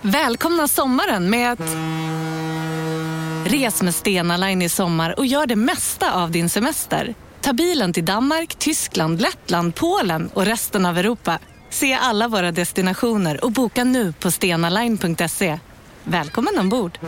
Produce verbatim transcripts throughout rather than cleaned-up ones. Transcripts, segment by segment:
Välkomna sommaren med att... Res med Stena Line i sommar och gör det mesta av din semester. Ta bilen till Danmark, Tyskland, Lettland, Polen och resten av Europa. Se alla våra destinationer och boka nu på stenaline punkt se. Välkommen ombord!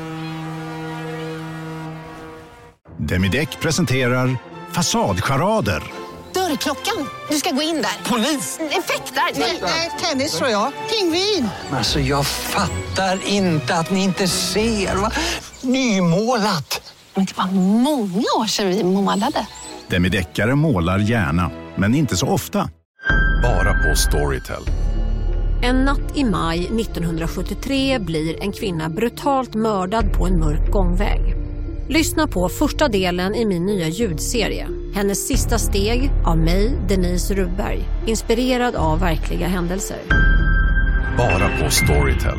Demideck presenterar Fasadcharader. Dörrklockan. Du ska gå in där. Polis? Effektar? Nej, tennis tror jag. Pingvin. Alltså jag fattar inte att ni inte ser. Va? Nymålat. Men det var många år sedan vi målade. Demideckare målar gärna, men inte så ofta. Bara på Storytel. En natt i maj nittonhundrasjuttiotre blir en kvinna brutalt mördad på en mörk gångväg. Lyssna på första delen i min nya ljudserie. Hennes sista steg av mig, Denise Rubberg. Inspirerad av verkliga händelser. Bara på Storytel.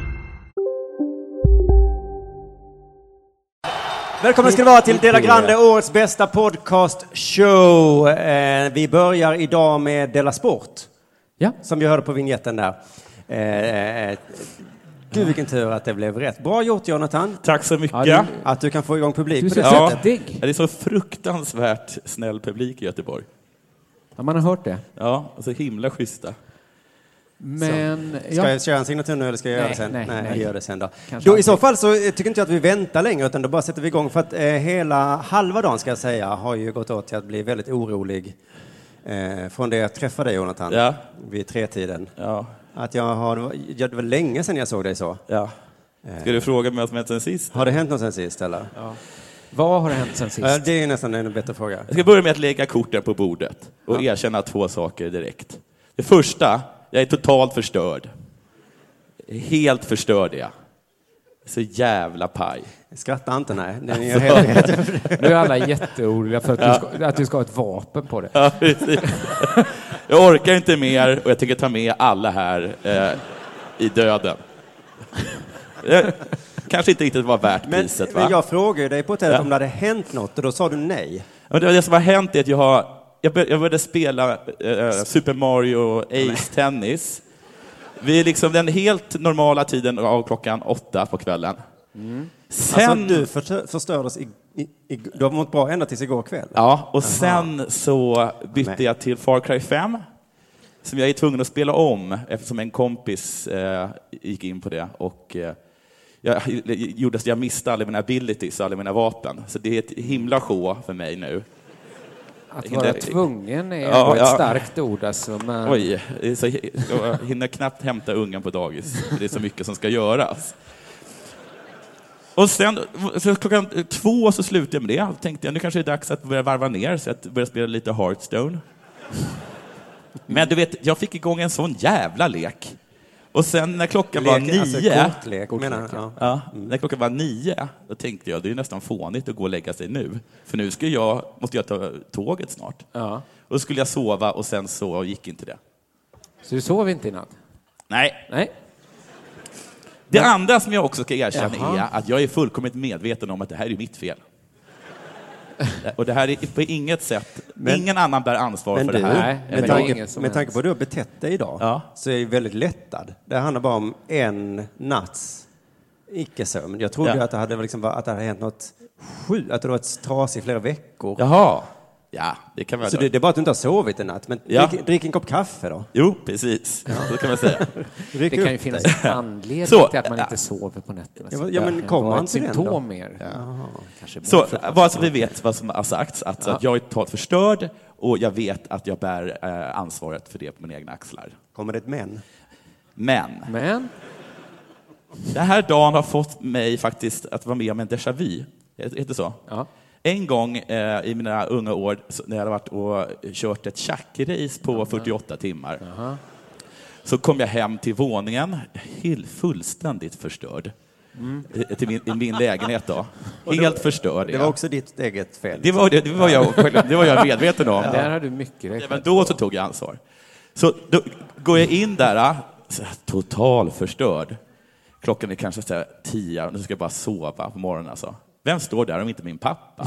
Välkommen ska det vara till Dela Grande, årets bästa podcast show. Eh, vi börjar idag med Dela Sport. Ja. Som vi hörde på vignetten där. Eh, Gud vilken tur att det blev rätt. Bra gjort Jonathan. Tack så mycket. Ja, du, att du kan få igång publik på det ja, sättet. Det är så fruktansvärt snäll publik i Göteborg. Ja, man har hört det. Ja, och så himla schyssta. Men, så. Ska ja. jag köra en signatur nu eller ska jag nej, göra det sen? Nej, nej, nej. jag gör det sen då. Kanske då I så fall så tycker inte jag att vi väntar längre utan då bara sätter vi igång. För att eh, hela halva dagen ska jag säga har ju gått åt till att bli väldigt orolig. Eh, från det jag träffade dig Jonathan. Ja. Vid tretiden. Ja. Att jag har, ja, det var länge sedan jag såg dig så. Ja. Ska du fråga mig vad som hänt sen sist? Har det hänt något sen sist eller? Ja. Vad har det hänt sen sist? Ja, det är nästan en bättre fråga. Jag ska börja med att lägga korten på bordet och ja. erkänna två saker direkt. Det första, jag är totalt förstörd. Helt förstörd jag. Så jävla paj. Skratta inte, nej. Den är helt... Nu är alla jätteoroliga för att, ja. du ska, att du ska ha ett vapen på det. Ja, jag orkar inte mer och jag tänker ta med alla här eh, i döden. Det kanske inte riktigt var värt men, priset, va? Men jag frågade dig på ett sätt ja. om det hade hänt något och då sa du nej. Ja, det, det som har hänt är att jag har jag började, jag började spela eh, Super Mario Ace Tennis. Vi är liksom den helt normala tiden av klockan åtta på kvällen. Mm. Sen... Alltså du för, förstördes i, i, i, du har mått bra ända tills igår kväll. Ja, och Aha. sen så bytte Nej. jag till Far Cry fem. Som jag är tvungen att spela om eftersom en kompis eh, gick in på det. Och eh, jag, gjorde så jag miste alla mina abilities och alla mina vapen. Så det är ett himla sjå för mig nu. Att vara tvungen är ja, ett ja. starkt ord. Alltså, men... Oj, så jag hinner knappt hämta ungen på dagis. Det är så mycket som ska göras. Och sen så klockan två så slutade jag med det. Då tänkte jag, nu kanske det är dags att börja varva ner så att börja spela lite Hearthstone. Men du vet, jag fick igång en sån jävla lek. Och sen när klockan lek, var nio... Alltså kortlek, kortlek, menar, ja. Ja, när klockan var nio, då tänkte jag, det är nästan fånigt att gå och lägga sig nu. För nu ska jag, måste jag ta tåget snart. Ja. Och då skulle jag sova och sen så gick inte det. Så du sov inte i natt? Nej. Nej. Det Men... andra som jag också ska erkänna Jaha. är att jag är fullkomligt medveten om att det här är mitt fel. Och det här är på inget sätt, men, ingen annan bär ansvar för du, det här. Nej, med, tanke, med tanke på att du har betett dig idag ja. så är jag väldigt lättad. Det handlar bara om en natts icke-sömn. Jag trodde ja. att, det hade liksom, att det hade hänt något sju, att det var ett tras i flera veckor. Jaha. Ja, det kan man så det, det är bara att du inte har sovit en natt. Men ja. drick, drick en kopp kaffe då. Jo, precis. Ja. Så kan man säga. Det kan ju finnas en anledning så, till att man inte sover på nätterna. Ja, ja men kommer man till den då? Mer. Ja. Ja. Så bara så vi vet vad som har sagts. Att, ja. att jag är totalt förstörd och jag vet att jag bär eh, ansvaret för det på mina egna axlar. Kommer det ett men? Men. Men? Den här dagen har fått mig faktiskt att vara med om en déjà vu. Heter det så? Ja. En gång eh, i mina unga år när jag hade varit och kört ett tjackrace på fyrtioåtta timmar uh-huh. så kom jag hem till våningen helt fullständigt förstörd mm. till min, i min lägenhet då. Helt då, förstörd. Det var också ditt eget fel. Det var, det, det var, jag, det var jag medveten om. Ja. Där har du mycket rätt. Ja, men då så tog jag ansvar. Så då går jag in där så total förstörd. Klockan är kanske så här tio och nu ska jag bara sova på morgonen alltså. Vem står där om inte min pappa?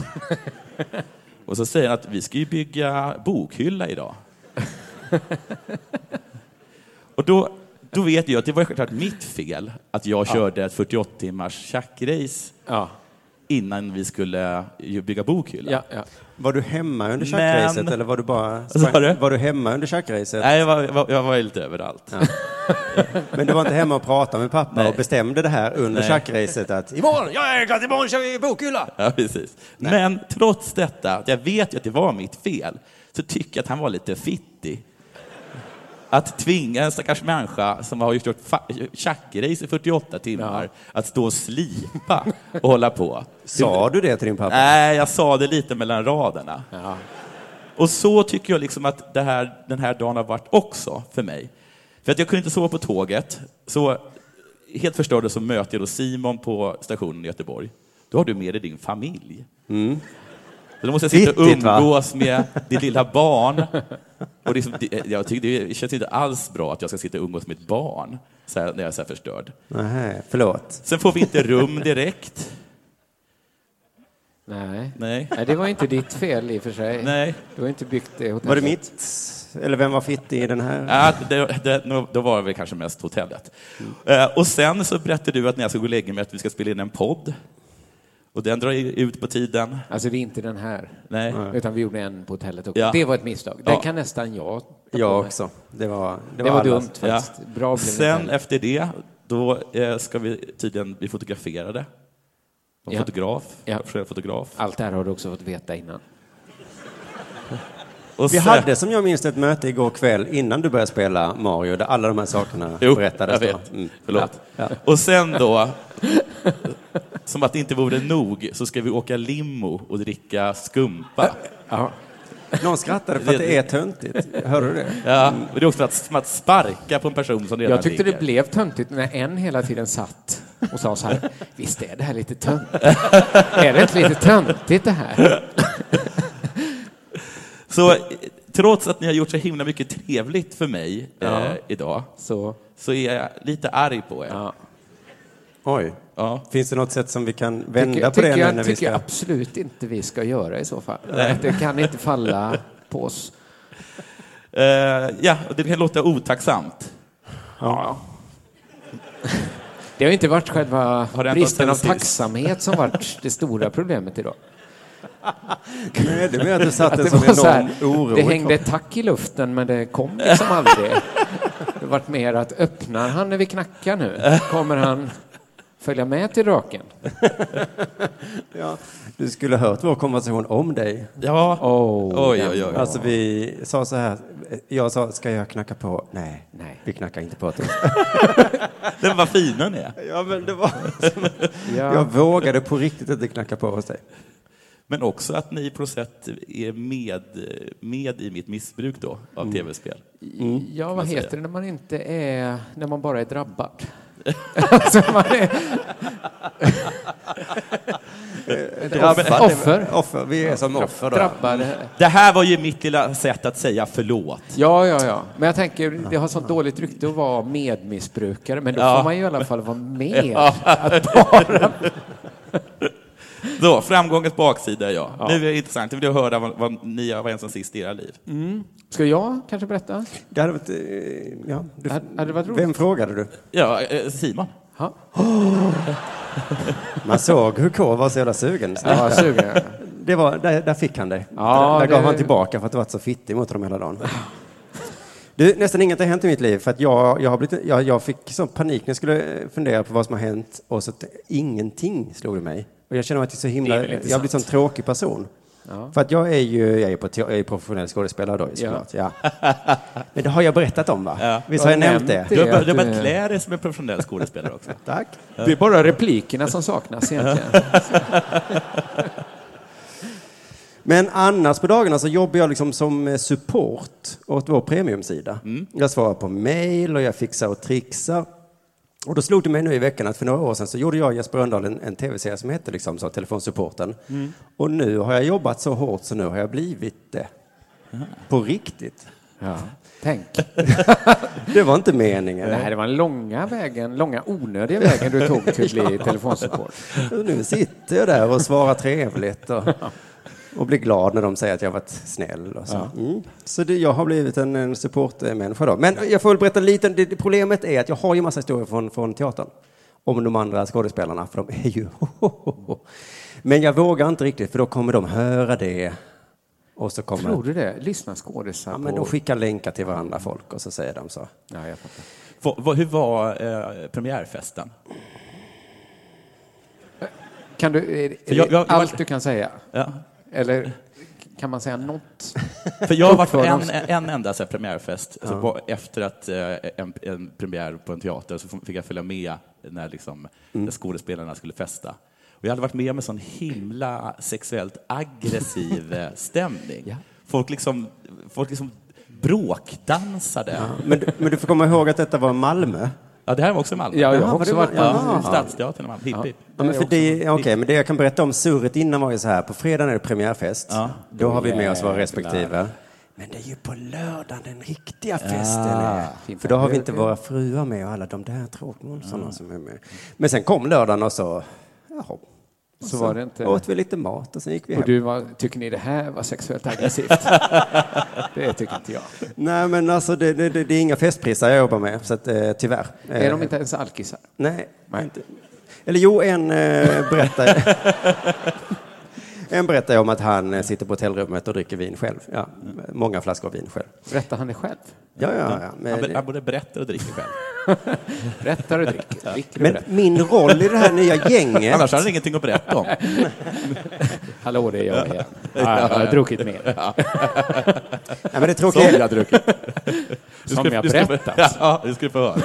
Och så säger han att vi ska ju bygga bokhylla idag. Och då då vet jag att det var självklart mitt fel att jag körde ja. ett fyrtioåtta timmars tjackrace ja. innan vi skulle bygga bokhylla. Ja, ja. Var du hemma under tjackracet eller var du bara sprang... du? Var du hemma under tjackracet? Nej, jag var, jag var lite överallt. Ja. Men du var inte hemma och pratade med pappa Nej. och bestämde det här under tjackracet att imorgon, jag är glad, imorgon kör vi bokhylla. Ja, precis. Nej. Men trots detta, att jag vet ju att det var mitt fel, så tycker jag att han var lite fittig. Att tvinga en stackars människa som har gjort tjackrace i fyrtioåtta timmar ja. att stå och slipa och hålla på. Sa du det till din pappa? Nej, jag sa det lite mellan raderna. Ja. Och så tycker jag liksom att det här, den här dagen har varit också för mig. För att jag kunde inte sova på tåget. Så helt förstörd så möter jag då Simon på stationen i Göteborg. Då har du med dig din familj. Mm. Så då måste jag sitta och umgås med ditt lilla barn. Och liksom, jag tycker det känns inte alls bra att jag ska sitta och umgås med ett barn så här, när jag är så här förstörd. Nej, förlåt. Sen får vi inte rum direkt. Nej. Nej. Nej, det var inte ditt fel i och för sig. Nej. Du har inte byggt det hotellet. Var det mitt? Eller vem var fittig i den här? Ja, det, det, då var det kanske mest hotellet. Mm. Uh, och sen så berättade du att när jag ska gå och lägga mig att vi ska spela in en podd. Och den drar ut på tiden. Alltså det är inte den här. Nej. Utan vi gjorde en på hotellet också. Ja. Det var ett misstag. Den ja. kan nästan jag ta Jag också. Det var, det det var, var dumt faktiskt. Ja. Bra sen efter det, då eh, ska vi tydligen bli fotograferade. Ja. Fotograf. Ja. fotograf. Allt det här har du också fått veta innan. Och vi så... hade som jag minns ett möte igår kväll innan du började spela Mario där alla de här sakerna jo, berättades. Jag vet. Mm. Förlåt. Ja. Ja. Och sen då, som att det inte vore nog, så ska vi åka limo och dricka skumpa. Ja. Någon skrattade för att det är töntigt. Hör du det? Ja, och det är också för att, som att sparka på en person som redan Jag tyckte ligger. Det blev töntigt när en hela tiden satt och sa så här: visst är det här lite töntigt? Är det inte lite töntigt det här? Så trots att ni har gjort så himla mycket trevligt för mig ja. eh, idag så. så är jag lite arg på er. Ja. Oj. Ja. Finns det något sätt som vi kan vända tycker, på det? Jag, när tycker vi ska... jag absolut inte vi ska göra i så fall. Nej. Det kan inte falla på oss. Uh, ja, det kan låta otacksamt. Ja. Det har inte varit själva bristen av tacksamhet som varit det stora problemet idag. Nej, det är att du satt en sån enorm oro. Det hängde ett tack i luften, men det kom liksom aldrig. Det varit mer att öppnar han när vi knackar nu? Kommer han följa med till draken? Ja, du skulle ha hört vår konversation om dig. Ja. Oh, oj, oj, oj. Alltså vi sa så här. Jag sa, ska jag knacka på? Nej, Nej. vi knackar inte på. Den var fin den är. Ja, men det var ja. Jag vågade på riktigt inte knacka på hos dig. Men också att ni på något sätt är med, med i mitt missbruk då av mm. tv-spel. Mm. Ja, vad heter det när man inte är, när man bara är drabbad? Alltså man är... drabbad. Offer. Offer. Vi är som offer då. Drabbade. Det här var ju mitt lilla sätt att säga förlåt. Ja, ja, ja. Men jag tänker, det har sånt dåligt rykte att vara medmissbrukare. Men då ja. får man ju i alla fall vara med. Ja. Att bara... Så, framgångens baksida, ja. ja. Nu är det intressant. Jag vill höra vad, vad ni har varit som sist i era liv. Mm. Ska jag kanske berätta? Det hade varit, ja, du, hade, hade det varit roligt? Vem frågade du? Ja, Simon. Ha? Man såg hur K var så jävla sugen. Ja, sugen. Det var, där, där fick han det. Ja, där det... gav han tillbaka för att det var så fittig mot dem hela dagen. Du, nästan inget har hänt i mitt liv för att jag, jag, har blivit, jag, jag fick sån panik när jag skulle fundera på vad som har hänt och så att ingenting slog det mig. Och jag känner att jag är så himla, jag har blivit en tråkig person. Ja. För att jag är ju jag är på, jag är professionell skådespelare då, såklart. Ja. Ja. Men det har jag berättat om, va? Ja. Visst har jag nämnt det? Du har, du har börjat klä dig som en professionell skådespelare också. Tack. Det är bara replikerna som saknas egentligen. Men annars på dagarna så jobbar jag liksom som support åt vår premiumsida. Mm. Jag svarar på mejl och jag fixar och trixar. Och då slog det mig nu i veckan att för några år sedan så gjorde jag och Jesper Rönndahl en, en tv-serie som heter liksom så, Telefonsupporten. Mm. Och nu har jag jobbat så hårt så nu har jag blivit det. Mm. På riktigt. Ja, tänk. Det var inte meningen. Nej, det var en långa vägen, långa onödiga vägen du tog till att bli telefonsupport. Nu sitter jag där och svarar trevligt. Och... Och blir glad när de säger att jag har varit snäll. Och så Ja. mm. så det, jag har blivit en, en supportmänniska då. Men jag får väl berätta lite. Det, det problemet är att jag har ju massa historier från, från teatern. Om de andra skådespelarna. För de är ju... Men jag vågar inte riktigt. För då kommer de höra det. Och så kommer... Tror du det? Lyssna skådisar Ja, på... men de skickar länkar till varandra folk. Och så säger de så. Ja, jag fattar. För, vad- hur var eh, premiärfesten? Kan du... Är, är För jag- jag- det allt jag- du kan säga? Ja. Eller kan man säga något? För jag har varit på För en, dem- en enda så här, premiärfest. Ja. Så på, efter att eh, en, en premiär på en teater så fick jag följa med när, liksom, när skådespelarna skulle festa. Och jag hade varit med om en sån himla sexuellt aggressiv eh, stämning. Ja. Folk liksom, folk liksom bråkdansade. Ja. Men, du- men du får komma ihåg att detta var Malmö. Ja, det här var också Malmö. Ja, jag Jaha, har var också det varit Malmö? på... Ja. Ja, Stadsteatern i Malmö. Hipp, hipp. Ja, men för det, okej, men det jag kan berätta om surret innan var ju så här. På fredagen är det premiärfest. Ja. Då har vi med oss våra Jävlar. respektive. Men det är ju på lördagen den riktiga festen är. fint. För då har vi inte våra fruar med och alla de där tråkmånsarna som är med. Men sen kom lördagen och så... Jaha. Och Så var det inte... åt vi lite mat och sen gick vi hem. Och du var, tycker ni det här var sexuellt aggressivt? Det tycker inte jag. Nej, men alltså det, det, det, det är inga festpriser jag jobbar med, så att, eh, tyvärr. Är de inte ens alkisar? Nej. Nej. Inte. Eller jo, en eh, berättar... en berättar om att han eh, sitter på hotellrummet och dricker vin själv. Ja, många flaskor vin själv. Berättar han det själv? Ja, ja, ja. Men, Han, be- han både berättar och dricker själv. Berättar och dricker. dricker och men berättar. min roll i det här nya gänget... Annars har han ingenting att berätta om. Hallå, det är jag igen. Ja, jag har druckit mer. Nej, men det Som tråkiga... jag har druckit. Du Som jag du ska- berättat. Ja, du skulle få höra.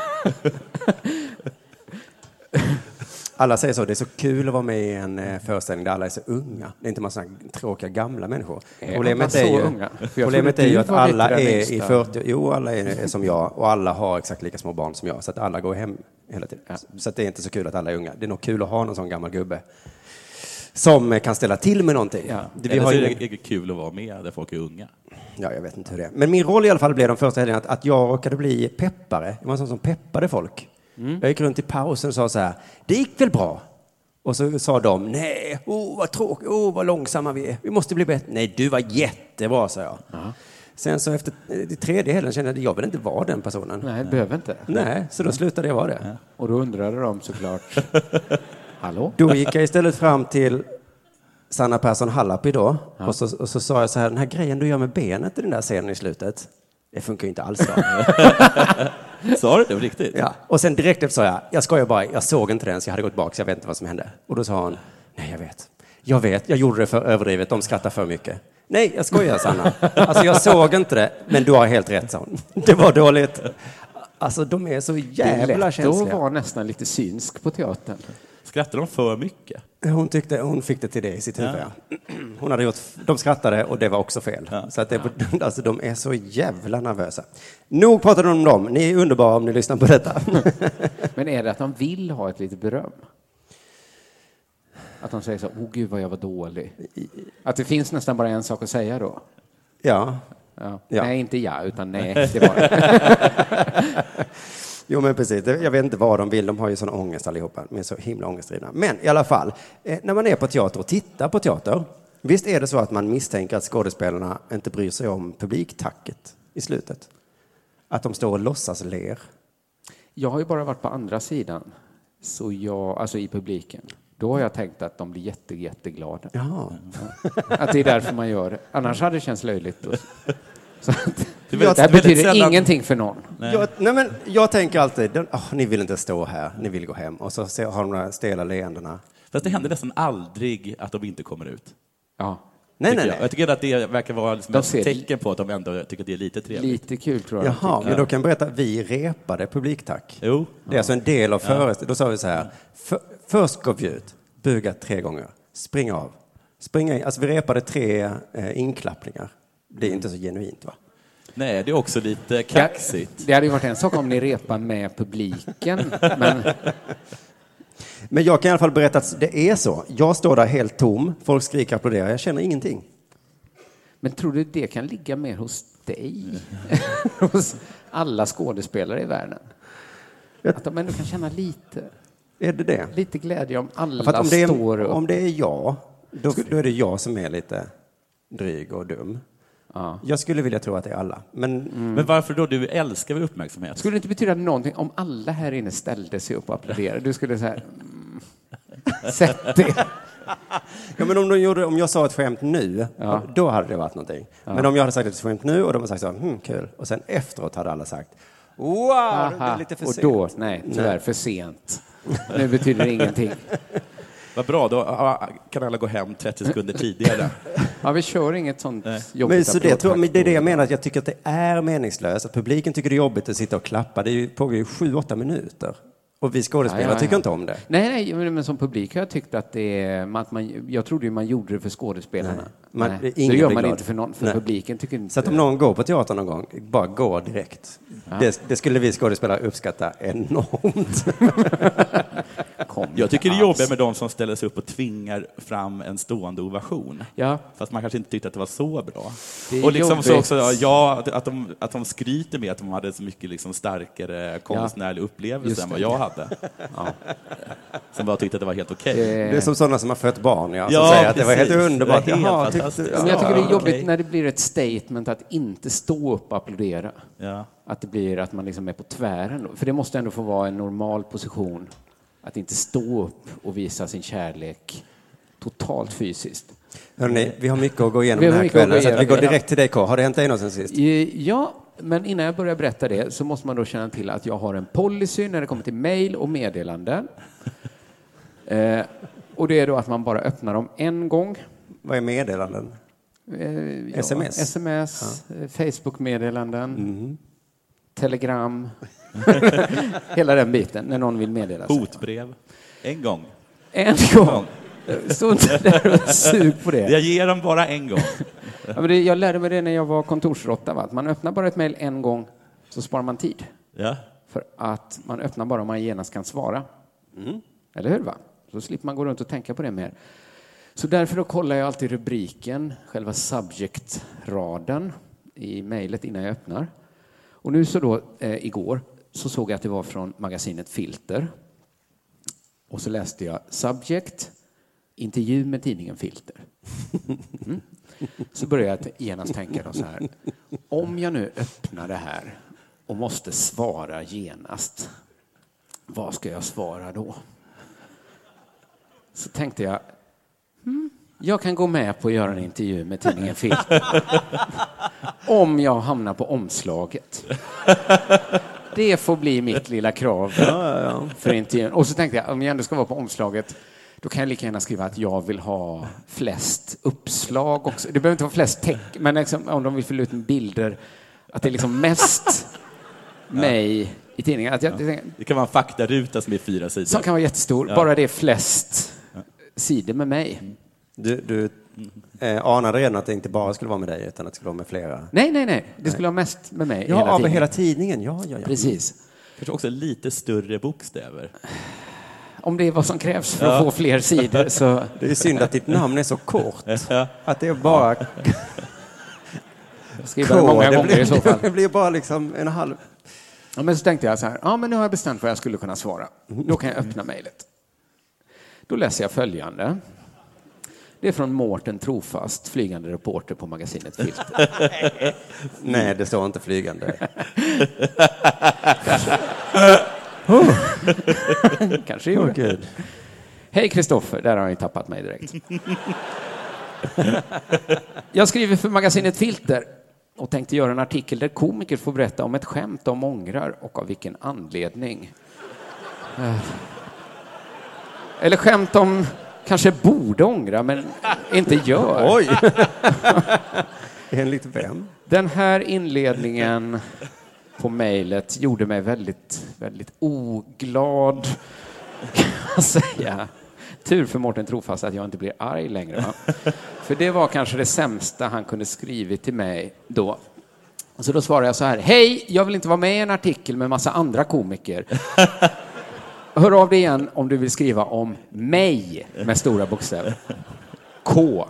Alla säger så, det är så kul att vara med i en eh, föreställning där alla är så unga. Det är inte massa tråkiga gamla människor. Är Problemet alla är så ju, unga? För jag problemet trodde är ju du att var lite alla den är yngsta. i fyrtio, jo alla är, är som jag och alla har exakt lika små barn som jag. Så att alla går hem hela tiden. Så att det är inte så kul att alla är unga. Det är nog kul att ha någon sån gammal gubbe som eh, kan ställa till med någonting. Ja. Det, vi Eller har så ju, är det kul att vara med där folk är unga. ja, jag vet inte hur det är. Men min roll i alla fall blev de första helgerna att, att jag råkade bli peppare. Jag var en sån som peppade folk. Mm. Jag gick runt i pausen och sa så här, det gick väl bra? Och så sa de, nej, oh, vad tråkigt, oh, vad långsamma vi är. Vi måste bli bättre. Nej, du var jättebra, sa jag. Ja. Sen så efter det tredje helgen kände jag att jag vill inte vara den personen. Nej, det behöver inte. Nej, så då slutade jag vara det. Och då undrade de såklart, hallå? Då gick jag istället fram till Sanna Persson Hallapi då. Ja. Och, så, och så sa jag så här, den här grejen du gör med benet i den där scenen i slutet, det funkar ju inte alls då. Sa du det på riktigt? Ja. Och sen direkt efter sa jag, jag skojar bara, jag såg inte den så jag hade gått bak så jag vet inte vad som hände. Och då sa hon, nej jag vet, jag vet, jag gjorde det för överdrivet, de skrattar för mycket. Nej, jag skojar Sanna. Alltså jag såg inte det, men du har helt rätt, sa hon. Det var dåligt. Alltså de är så Det är jävla lätt att känsliga. vara nästan lite synsk på teatern. Skrattar de för mycket? Hon tyckte, hon fick det till det i sitt huvud. Ja. Hon hade gjort, de skrattade och det var också fel. Ja. Så att det, alltså, de är så jävla nervösa. Nog pratade de om dem. Ni är underbara om ni lyssnar på detta. Men är det att de vill ha ett litet beröm? Att de säger så, åh gud vad jag var dålig. Att det finns nästan bara en sak att säga då. Ja. Ja. Ja. Nej, inte jag, utan nej, det var det. Jo, men precis. Jag vet inte vad de vill. De har ju sån ångest allihopa. De är så himla ångestdrivna. Men i alla fall, eh, när man är på teater och tittar på teater, visst är det så att man misstänker att skådespelarna inte bryr sig om publiktacket i slutet? Att de står och låtsas ler. Jag har ju bara varit på andra sidan, så jag, alltså i publiken. Då har jag tänkt att de blir jätte, jätteglada. Jaha. Att det är därför man gör det. Annars hade det känts löjligt. Och, så att, Det är det väldigt- här väldigt betyder sällan- ingenting för någon. Nej. Jag, nej men, jag tänker alltid, den, oh, ni vill inte stå här, ni vill gå hem. Och så ser, har de de här stela leendena. Fast det händer nästan aldrig att de inte kommer ut. Ja, Nej, tycker nej, jag. nej. jag tycker att det verkar vara liksom De ett ser- tecken på att de ändå tycker att det är lite trevligt. lite kul tror jag. de Jaha, tycker. men då kan jag berätta, vi repade publiktack. Jo. Det är alltså en del av föreställningen. Då sa vi så här, för, först går vi ut, buga tre gånger, springa av, springa in. Alltså vi repade tre eh, inklappningar. Det är inte så genuint, va? Nej, det är också lite kaxigt. Det hade ju varit en sak om ni repar med publiken, men Men jag kan i alla fall berätta att det är så. Jag står där helt tom, folk skriker och applåderar, jag känner ingenting. Men tror du det kan ligga mer hos dig? Hos alla skådespelare i världen? Att de ändå kan känna lite, Är det det? lite glädje om alla För att om, det står är, upp. om det är jag Då, då är det jag som är lite dryg och dum. Ja. Jag skulle vilja tro att det är alla. Men, mm. men varför då? Du älskar väl uppmärksamhet? Skulle det inte betyda någonting om alla här inne ställde sig upp och applåderade? Du skulle säga, mm, sätt det. Ja, men om, de gjorde, om jag sa ett skämt nu, ja. då hade det varit någonting. Ja. Men om jag hade sagt ett skämt nu och de hade sagt så, hm, kul. Och sen efteråt hade alla sagt, wow, Aha. det är lite för sent. Och då, nej, tyvärr nej. för sent. Nu betyder det ingenting. Vad bra, då kan alla gå hem trettio sekunder tidigare. Ja, vi kör inget sånt Nej. jobbigt. Men så det, tror, men det är det jag menar, att jag tycker att det är meningslöst. Att publiken tycker det är jobbigt att sitta och klappa. Det är ju, pågår ju sju, åtta minuter. Och vi skådespelare ja, ja, ja. tycker inte om det. Nej, nej, men, men som publik har jag tyckt att det är... Att man, jag trodde ju man gjorde det för skådespelarna. Nej. Man, nej. Det gör man glad. inte för, någon, för publiken. Tycker inte. Så att om någon går på teatern någon gång, bara gå direkt. Ja. Det, det skulle vi skådespelare uppskatta enormt. Jag tycker det är jobbigt med de som ställer sig upp och tvingar fram en stående ovation. Ja. Fast man kanske inte tyckte att det var så bra. Och liksom så också, ja, att de, att de skryter med att de hade så mycket liksom starkare konstnärlig ja. upplevelse än vad jag hade. Ja. Som bara tyckte att det var helt okej. Okay. Det är som sådana som har fött barn, ja, som ja, säger att det var helt underbart. Det helt Jaha, tyckte, ja. Men jag tycker det är jobbigt okay. när det blir ett statement att inte stå upp och applådera. Ja. Att det blir att man liksom är på tvären. För det måste ändå få vara en normal position. Att inte stå upp och visa sin kärlek totalt fysiskt. Hörrni, vi har mycket att gå igenom den här kvällen, så att vi går direkt till dig, K. Har det hänt dig något sen sist? Ja, men innan jag börjar berätta det så måste man då känna till att jag har en policy när det kommer till mejl och meddelanden. eh, och det är då att man bara öppnar dem en gång. Vad är meddelanden? Eh, ja, sms? Sms, ja. Facebook-meddelanden, mm. telegram... Hela den biten, när någon vill meddela sig. Hotbrev. En gång. En gång. Stå inte där och sug på det. Jag ger dem bara en gång. Ja, men det, jag lärde mig det när jag var kontorsråtta. Va? Att man öppnar bara ett mejl en gång så sparar man tid. Ja. För att man öppnar bara om man genast kan svara. Mm. Eller hur, va? Så slipper man gå runt och tänka på det mer. Så därför då kollar jag alltid rubriken, själva subject-raden i mejlet innan jag öppnar. Och nu så då, eh, igår, så såg jag att det var från magasinet Filter. Och så läste jag subject, intervju med tidningen Filter. Mm. Så började jag genast tänka då så här. Om jag nu öppnar det här och måste svara genast, vad ska jag svara då? Så tänkte jag, hmm, jag kan gå med på att göra en intervju med tidningen Filter. Om jag hamnar på omslaget. Det får bli mitt lilla krav ja, ja, ja. för intervjun. Och så tänkte jag, om jag ändå ska vara på omslaget, då kan jag lika gärna skriva att jag vill ha flest uppslag också. Det behöver inte vara flest text, men liksom, om de vill fylla ut med bilder, att det är liksom mest mig i tidningen. Att jag, ja. Det kan vara en faktaruta som är fyra sidor. Som kan vara jättestor. Ja. Bara det är flest ja. sidor med mig. Du, du eh, anade redan att det inte bara skulle vara med dig, utan att det skulle vara med flera. Nej, nej, nej. Det skulle vara mest med mig. Ja, hela av tidningen. hela tidningen. Ja, ja, ja. Precis. Kanske också lite större bokstäver. Om det är vad som krävs för ja. att få fler sidor så... Det är synd att ditt namn är så kort. Ja. Att det är bara... Jag skriver det många det gånger blir, i så fall. Det blir bara liksom en halv... Ja, men så tänkte jag så här. Ja, men nu har jag bestämt vad jag skulle kunna svara. Då kan jag öppna mejlet. Då läser jag följande. Det är från Mårten Trofast, flygande reporter på magasinet Filter. Nej, det står inte flygande. oh. Kanske gjorde. Oh, Gud. Hej Kristoffer, där har jag tappat mig direkt. Jag skriver för magasinet Filter och tänkte göra en artikel där komiker får berätta om ett skämt de ångrar och av vilken anledning. Eller skämt om kanske borde ångra men inte gör. Oj! Enligt vem? Den här inledningen på mejlet gjorde mig väldigt, väldigt oglad, kan man säga. Tur för Mårten Trofast att jag inte blir arg längre. Va? För det var kanske det sämsta han kunde skrivit till mig då. Så då svarade jag så här. Hej, jag vill inte vara med i en artikel med massa andra komiker. Hör av dig igen om du vill skriva om mig med stora bokstäver. K.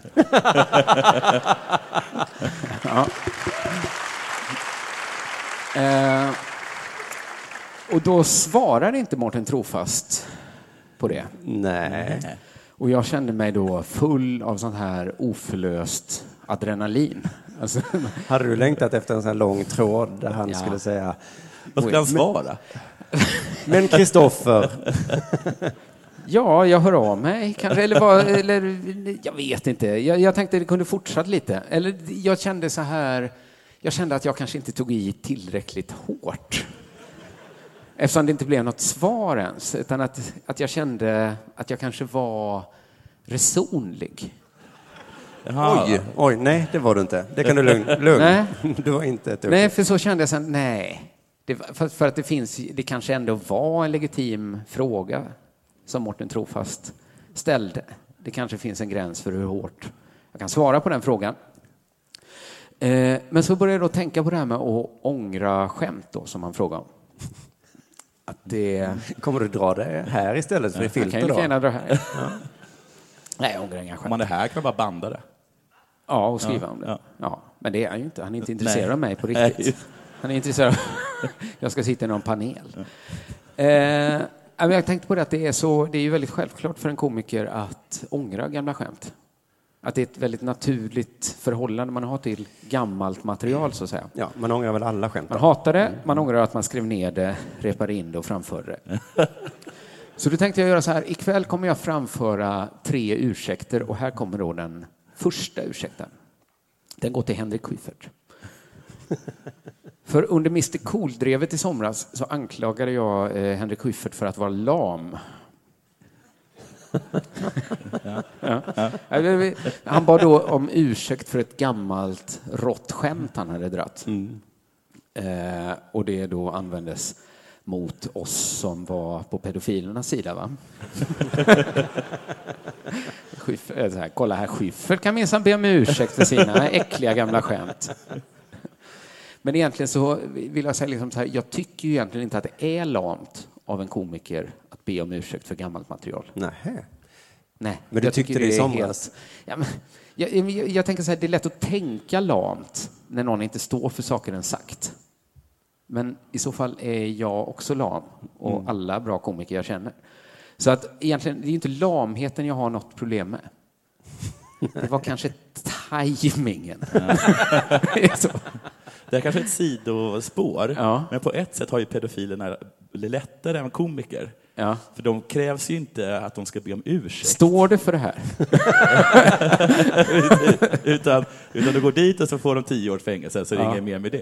Ja. Eh, och då svarar inte Mårten Trofast på det. Nej. Och jag kände mig då full av sånt här oförlöst adrenalin. Alltså, hade du längtat efter en sån här lång tråd där han ja. skulle säga... Vad skulle han svara? Men Kristoffer... Ja, jag hör av mig kanske, eller, vad, eller jag vet inte. Jag, jag tänkte att det kunde fortsätta lite. Eller jag kände så här, jag kände att jag kanske inte tog i tillräckligt hårt. Eftersom det inte blev något svar ens, utan att, att jag kände att jag kanske var resonlig. Jaha. Oj, oj, nej, det var du inte. Det kan du lugn. lugn. Nej. Du var inte ett nej, för så kände jag sen, nej. Det, för, för att det finns, det kanske ändå var en legitim fråga som Mårten Trofast ställde. Det kanske finns en gräns för hur hårt jag kan svara på den frågan. Eh, men så började jag då tänka på det här med att ångra skämt då, som man frågar om. Att det... Kommer du dra det här istället för ja, i filter då? Jag kan ju gärna dra här. Ja. Nej, jag ångrar inga skämt. Om man är här kan man bara banda det. Ja, och skriva ja, om det. Ja. Ja, men det är han ju inte. Han är inte intresserad Nej. av mig på riktigt. Nej. Han är intresserad av... jag ska sitta i någon panel. Ja. Eh, Jag tänkte på det att det är så, det är ju väldigt självklart för en komiker att ångra gamla skämt. Att det är ett väldigt naturligt förhållande man har till gammalt material så att säga. Ja, man ångrar väl alla skämt. Man hatar det, man ångrar att man skrev ner det, repade in det och framförde det. Så då tänkte jag göra så här, ikväll kommer jag framföra tre ursäkter och här kommer då den första ursäkten. Den går till Henrik Schyffert. För under mister Cool-drevet i somras så anklagade jag eh, Henrik Schyffert för att vara lam. ja. Ja. Ja. Han bad då om ursäkt för ett gammalt rått skämt han hade dratt. Mm. Eh, och det då användes mot oss som var på pedofilernas sida, va? Schyffert, så här, kolla här, Schyffert kan minsann be om ursäkt för sina äckliga gamla skämt. Men egentligen så vill jag säga liksom så här, jag tycker ju egentligen inte att det är lamt av en komiker att be om ursäkt för gammalt material. Nej. Nej. Men du tyckte det i somras? Helt, ja, men, jag, jag, jag tänker så här, det är lätt att tänka lamt när någon inte står för saker den sagt. Men i så fall är jag också lam och mm. alla bra komiker jag känner. Så att egentligen, det är inte lamheten jag har något problem med. Det var kanske tajmingen. så. Det är kanske ett sidospår, ja. Men på ett sätt har ju pedofilerna lättare än komiker. Ja. För de krävs ju inte att de ska be om ursäkt. Står det för det här? utan, utan du går dit och så får de tio års fängelse, så ja. Det är inget mer med det.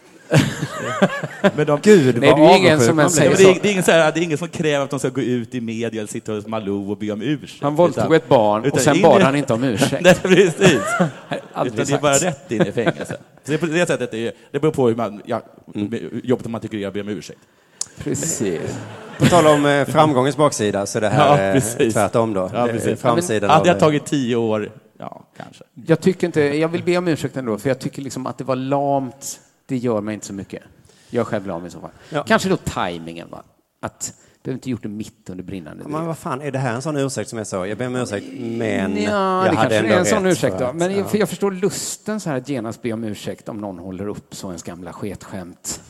Men de, Gud, nej, det är ingen som man säger det, är, det, är ingen så här, det är ingen som kräver att de ska gå ut i media eller sitta hos Malou och be om ursäkt. Han våldtog ett barn utan, och sen bad han inte om ursäkt. Nej, precis. Utan det är bara rätt in i fängelse. Så det, på det sättet är, det beror på hur man, ja, jobbet om man tycker jag ber om ursäkt. Precis. På tal om eh, framgångens baksida så det här är ja, tvärtom då. Ja, precis. Framsidan hade jag tagit tio år, ja, kanske. Jag tycker inte, jag vill be om ursäkt ändå, för jag tycker liksom att det var lamt. Det gör mig inte så mycket. Jag är själv lam i så fall. Ja. Kanske då tajmingen, va? Att du inte gjort det mitt under brinnande. Men vad fan, är det här en sån ursäkt som jag sa? Jag ber om ursäkt, men ja, jag det hade ändå är en sån rätt ursäkt. Då. Att, men ja. för jag förstår lusten så här att genast be om ursäkt om någon håller upp så ens gamla sketskämt.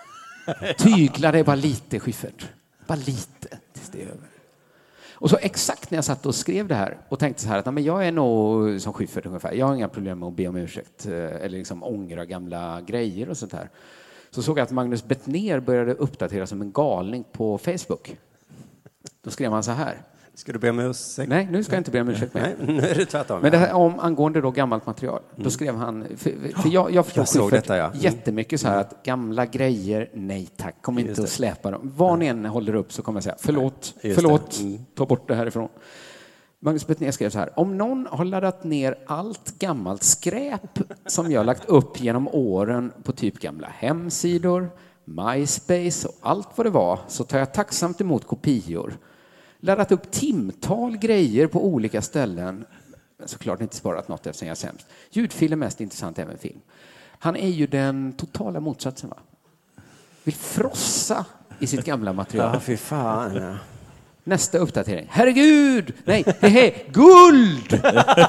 Tygla det bara lite, Schyffert. Bara lite tills det är över. Och så exakt när jag satt och skrev det här och tänkte så här att men jag är nog som Schyffert ungefär. Jag har inga problem med att be om ursäkt eller liksom ångra gamla grejer och sånt här. Så såg jag att Magnus Bettner började uppdatera som en galning på Facebook. Då skrev han så här. Ska du be om ursäkt? Nej, nu ska jag inte be om ursäkt med. Nej, nu är det tvärtom. Men det här om angående då gammalt material. Mm. Då skrev han, för, för jag, jag förstår jag detta, ja. jättemycket så här att gamla grejer, nej tack, kom Just inte det. att släpa dem. Var ni än håller upp så kommer jag säga, förlåt, Just förlåt, mm. ta bort det härifrån. Magnus Bettner skrev så här, om någon har laddat ner allt gammalt skräp som jag lagt upp genom åren på typ gamla hemsidor, MySpace och allt vad det var, så tar jag tacksamt emot kopior. Laddat upp timtal grejer på olika ställen. Såklart inte sparat något eftersom jag är sämst. Ljudfil är mest intressant, även film. Han är ju den totala motsatsen, va? Vill frossa i sitt gamla material. Ja, fy fan, ja. Nästa uppdatering. Herregud! Nej, det här guld!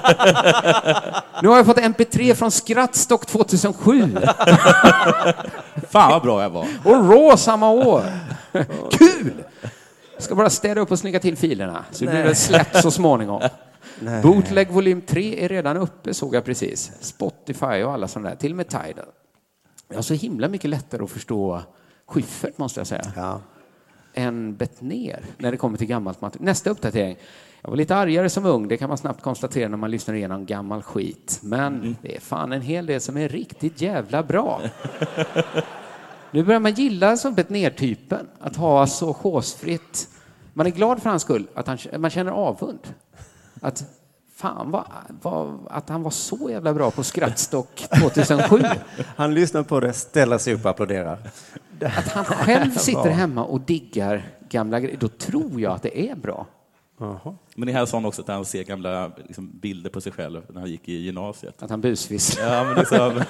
Nu har jag fått M P tre från Skrattstock tvåtusensju. Fan vad bra jag var. Och Raw samma år. Kul! Jag ska bara städa upp och snygga till filerna. Så det blir väl släppt så småningom. Nej. Bootleg volym tre är redan uppe, såg jag precis. Spotify och alla sådana där. Till och med Tidal. Jag har så himla mycket lättare att förstå Schyffert, måste jag säga. Ja. Än Bettner när det kommer till gammalt material. Nästa uppdatering. Jag var lite argare som ung, det kan man snabbt konstatera när man lyssnar igenom gammal skit. Men mm. det är fan en hel del som är riktigt jävla bra. Nu börjar man gilla som Bettner-typen, att ha så chosefritt. Man är glad för hans skull, att han, man känner avund. Att fan, vad, vad, att han var så jävla bra på Skrattstock tjugohundrasju. Han lyssnar på det, ställer sig upp och applåderar. Att han själv sitter hemma och diggar gamla grejer, då tror jag att det är bra. Aha. Men det här sa han också att han ser gamla liksom, bilder på sig själv när han gick i gymnasiet. Att han busvisslar. Ja, men liksom...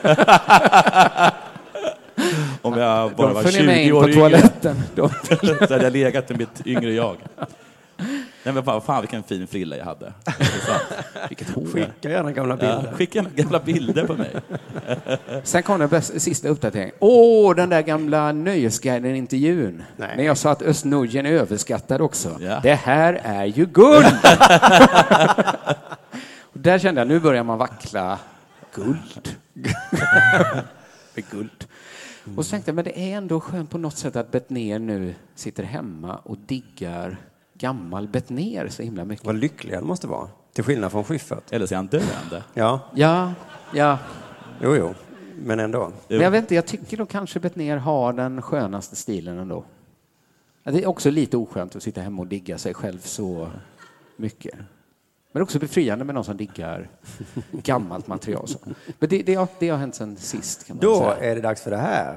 Om jag bara de var tjugo år på toaletten. De... så hade jag legat med mitt yngre jag. Nej, men bara, fan vilken fin frilla jag hade. Vilket hår. Skicka gärna gamla bilder. Ja, skicka gärna gamla bilder på mig. Sen kom den bästa, sista uppdateringen. Åh, oh, den där gamla Nöjesguiden-intervjun. Nej. När jag sa att Östnordjen är överskattad också. Ja. Det här är ju guld! Och där kände jag, nu börjar man vackla. Guld. Med guld. Mm. Och så tänkte jag, men det är ändå skönt på något sätt att Bettner nu sitter hemma och diggar gammal Bettner så himla mycket. Vad lycklig han måste vara. Till skillnad från Schyffert. Eller så är han döende. Ja. Ja, ja. Jo, jo. Men ändå. Men jag vet inte, jag tycker då kanske Bettner har den skönaste stilen ändå. Det är också lite oskönt att sitta hemma och digga sig själv så mycket. Men också befriande med någon som diggar gammalt material. Så. Men det, det, har, det har hänt sen sist, kan man då säga. Är det dags för det här.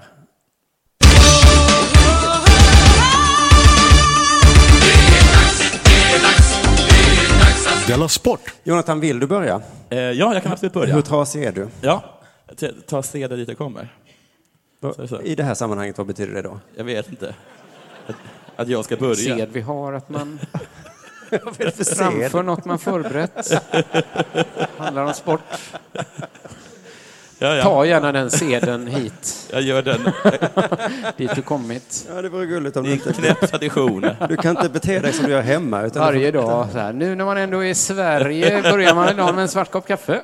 Della Sport. Jonathan, vill du börja? Eh, ja, jag kan absolut börja. Hur trasig är du? Ja, ta seda dit jag kommer. Så, så. I det här sammanhanget, vad betyder det då? Jag vet inte. Att, att jag ska börja. Sed vi har att man för framför något man förberett. Handlar om sport. Ja, ja. Ta gärna den seden hit. Jag gör den. Dit du kommit. Ja, det vore gulligt om det du inte... knäpp tradition. Du kan inte bete dig som du gör hemma. Utan varje får... dag. Så här. Nu när man ändå är i Sverige börjar man idag med en svart kopp kaffe.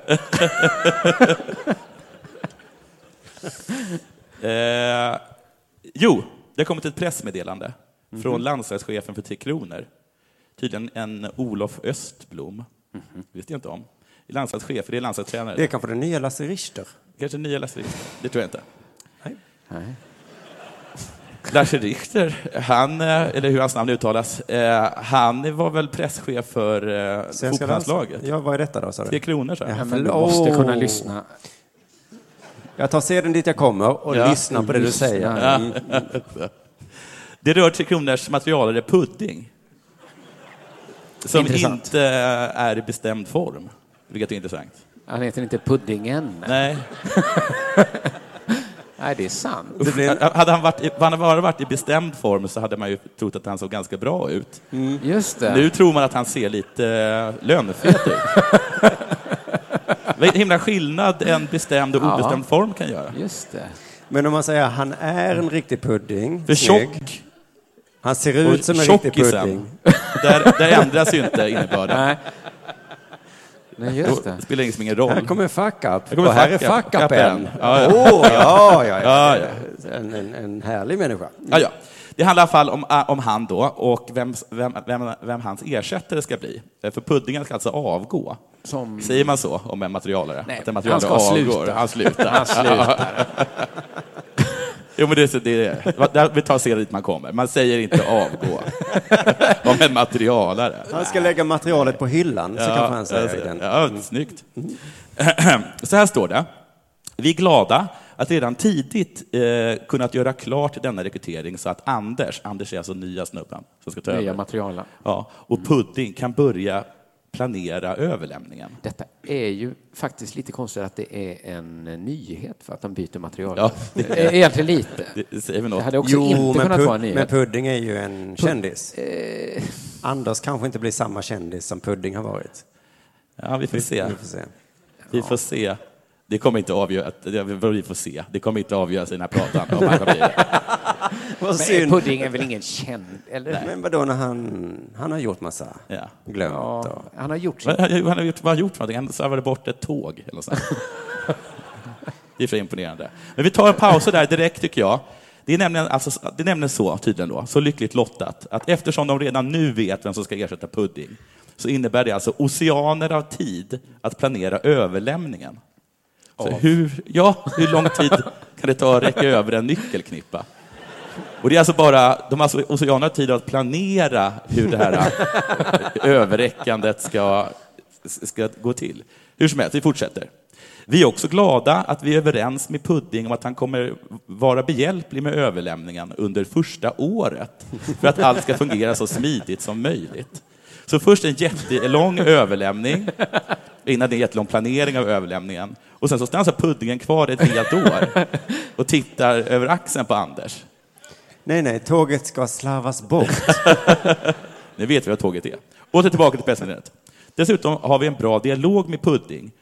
eh, jo, det har kommit ett pressmeddelande mm-hmm. från landslagschefen för Tre Kronor. Tydligen en Olof Östblom. Mm-hmm. Visste jag inte om. Landslagschef, det är landslagstränare. Det är kanske den nya Lasse Richter. Kanske den nya Lasse Richter. Det tror jag inte. Nej. Nej. Lasse Richter, han, eller hur hans namn uttalas, han var väl presschef för fotbollslaget. Ja, vad är detta då? Så Tre Kronor, så. Ja, men du måste kunna lyssna. Jag tar sedan dit jag kommer och ja. lyssnar på det du säger. Ja. Mm. Det rör Tre Kronors materialare pudding. Som intressant. Inte är i bestämd form. Vilket är intressant. Han heter inte Puddingen. Nej. Nej, det är sant. Det blir... Hade han varit, hade han bara varit i bestämd form så hade man ju trott att han såg ganska bra ut. Mm. Just det. Nu tror man att han ser lite lönefet ut. Vad himla skillnad en bestämd och obestämd ja. form kan göra. Just det. Men om man säger att han är en riktig pudding. För tjock. Han ser ut och som en riktig pudding. Där, där ändras ju inte innebörden. Nej. Nej, just det. Det spelar liksom ingen roll. Här kommer fuck up. Kommer och här fuck är fuck up en. Ja, ja. Oh, ja, ja, ja. ja, ja. En, en, en härlig människa. Ja, ja. Det handlar i alla fall om, om han då och vem, vem, vem, vem hans ersättare ska bli. För puddingen ska alltså avgå. Som... Säger man så om en materialare? Nej, att en materialare han ska avgår. sluta. Han slutar. Han slutar. Jo, men det, det är vi tar och ser dit man kommer. Man säger inte avgå om en materialare. Han ska lägga materialet på hyllan, så ja, kan han säga alltså, den. Ja, snyggt. Mm. Så här står det. Vi är glada att redan tidigt eh, kunnat göra klart denna rekrytering så att Anders, Anders är alltså nya snubben som ska ta nya över. materialen. Ja, och Pudding kan börja planera överlämningen. Detta är ju faktiskt lite konstigt att det är en nyhet för att de byter material. Ja, det är egentligen lite. Det säger vi något. Det hade också jo, inte kunnat pud- vara en nyhet. Men Pudding är ju en Pud- kändis. Eh... Anders kanske inte blir samma kändis som Pudding har varit. Ja, vi får se. Vi får se. Vi får se. Det kommer inte avgöra, vi får se. Det kommer inte avgöras i den här pratan om han blir det. Men synd. Pudding är väl ingen känd, eller? Nej. Men vadå när han, han har gjort massa Ja. glömt? Ja, Och... han har gjort Han har gjort, vad har han gjort för någonting? Han slarvade bort ett tåg. Eller så. Det är för imponerande. Men vi tar en paus där direkt tycker jag. Det är, nämligen, alltså, det är nämligen så tydligen då, så lyckligt lottat, att eftersom de redan nu vet vem som ska ersätta Pudding, så innebär det alltså oceaner av tid att planera överlämningen. Så Av. hur, ja, hur lång tid kan det ta att räcka över en nyckelknippa? Och det är alltså bara, de har alltså oceaner av tid att planera hur det här överräckandet ska, ska gå till. Hur som helst, vi fortsätter. Vi är också glada att vi är överens med Pudding om att han kommer vara behjälplig med överlämningen under första året för att allt ska fungera så smidigt som möjligt. Så först en jättelång överlämning innan det är en jättelång planering av överlämningen. Och sen så stannar Puddingen kvar ett helt år och tittar över axeln på Anders. Nej, nej, tåget ska slarvas bort. Nu vet vi vad tåget är. Åter tillbaka till pressmeddelandet. Dessutom har vi en bra dialog med Pudding.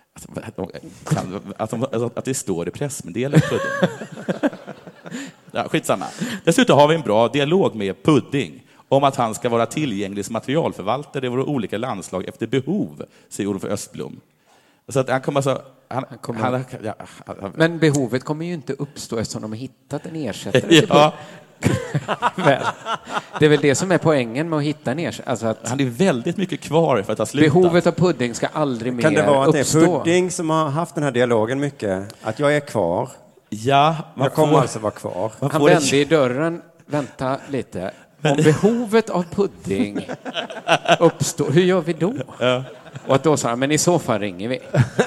Att, att, att det står i pressmeddelandet Pudding. Ja, skitsamma. Dessutom har vi en bra dialog med Pudding om att han ska vara tillgänglig som materialförvaltare i våra olika landslag efter behov, säger Olof Östblom. Så att han kommer alltså... Han, Han kommer, han, ja, han, men behovet kommer ju inte uppstå eftersom de har hittat en ersättare. ja, Väl. Det är väl det som är poängen med att hitta en ersättare. Alltså att han är väldigt mycket kvar för att ha slutat. behovet av Pudding ska aldrig mer Kan det vara att uppstå. det är Pudding som har haft den här dialogen mycket? Att jag är kvar. Ja, man Jag kommer får, alltså vara kvar. man Han får vände ett- i dörren. Vänta lite. Om behovet av Pudding uppstår, hur gör vi då? Ja. Och att då sa han, men i så fall ringer vi.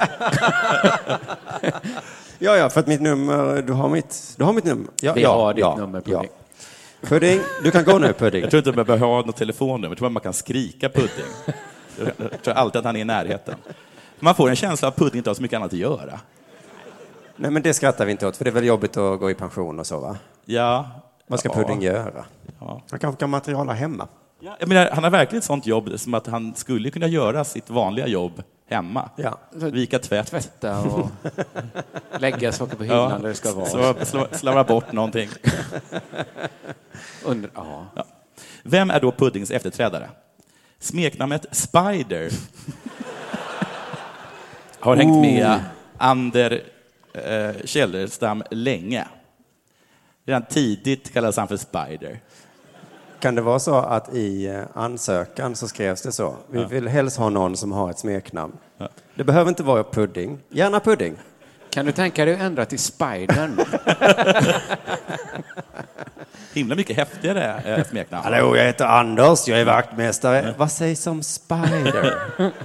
Ja, ja, för att mitt nummer... Du har mitt, du har mitt nummer. Ja, Vi ja, har ditt ja, nummer, ja. Pudding. Pudding, du kan gå nu, Pudding. Jag tror inte man behöver ha något telefonnummer. Jag tror man kan skrika Pudding. Jag tror alltid att han är i närheten. Man får en känsla av att Pudding inte har så mycket annat att göra. Nej, men det skrattar vi inte åt, för det är väl jobbigt att gå i pension och så, va? Ja. Vad ska ja. Pudding göra? Ja. Han kanske kan materiala hemma. Ja, jag menar, han har verkligen ett sånt jobb som att han skulle kunna göra sitt vanliga jobb hemma. Ja. Vika tvätt. Tvätta och lägga saker på hyllan där det ska vara. Slå, slå, slarva bort någonting. Under, ja. Ja. Vem är då Puddings efterträdare? Smeknamnet Spider har hängt med Ander eh, Källerstam länge. Redan tidigt kallades han för Spider. Kan det vara så att i eh, ansökan så skrevs det så? Vi Ja. vill helst ha någon som har ett smeknamn. Ja. Det behöver inte vara Pudding. Gärna Pudding. Kan du tänka dig att ändra till Spidern? Himla mycket häftigare eh, smeknamn. Hallå, jag heter Anders, jag är vaktmästare. Vad sägs om Spider?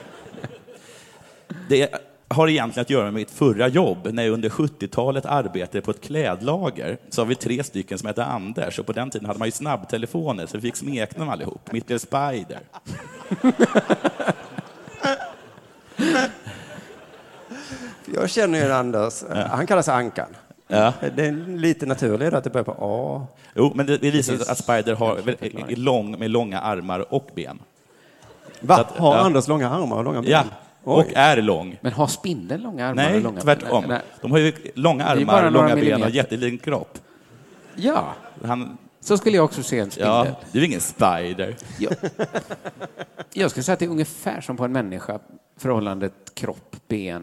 Det har egentligen att göra med mitt förra jobb. När jag under sjuttiotalet arbetade på ett klädlager så har vi tre stycken som hette Anders. Och på den tiden hade man ju snabbtelefoner så vi fick smeknamn allihop. Mitt blev Spider. Jag känner ju Anders. Han kallar sig Ankan. Ja. Det är lite naturligt att det börjar på A. Jo, men det, det visar sig att Spider har, är lång, med långa armar och ben. Va? Så att, har ja. Anders långa armar och långa ben? Ja, och Oj. är lång. Men har spindeln långa armar Nej, och långa tvärtom. Nej, nej. De har ju långa Det är bara armar, några långa ben och millimeter. jätteliten kropp. Ja, Han, så skulle jag också se en spindel. ja, det är ju ingen Spider. Ja. Jag skulle säga att det är ungefär som på en människa, förhållandet kropp-ben.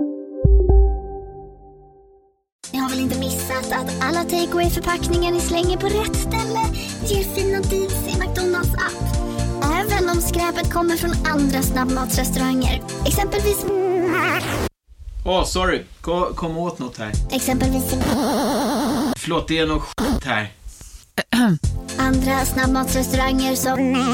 Ni har väl inte missat att alla takeaway förpackningar ni slänger på rätt ställe ger fina deals i McDonalds app. Även om skräpet kommer från andra snabbmatsrestauranger. Exempelvis... Åh, oh, sorry. Kom, kom åt något här. Exempelvis... Förlåt, det är något skit här. Andra snabbmatsrestauranger som...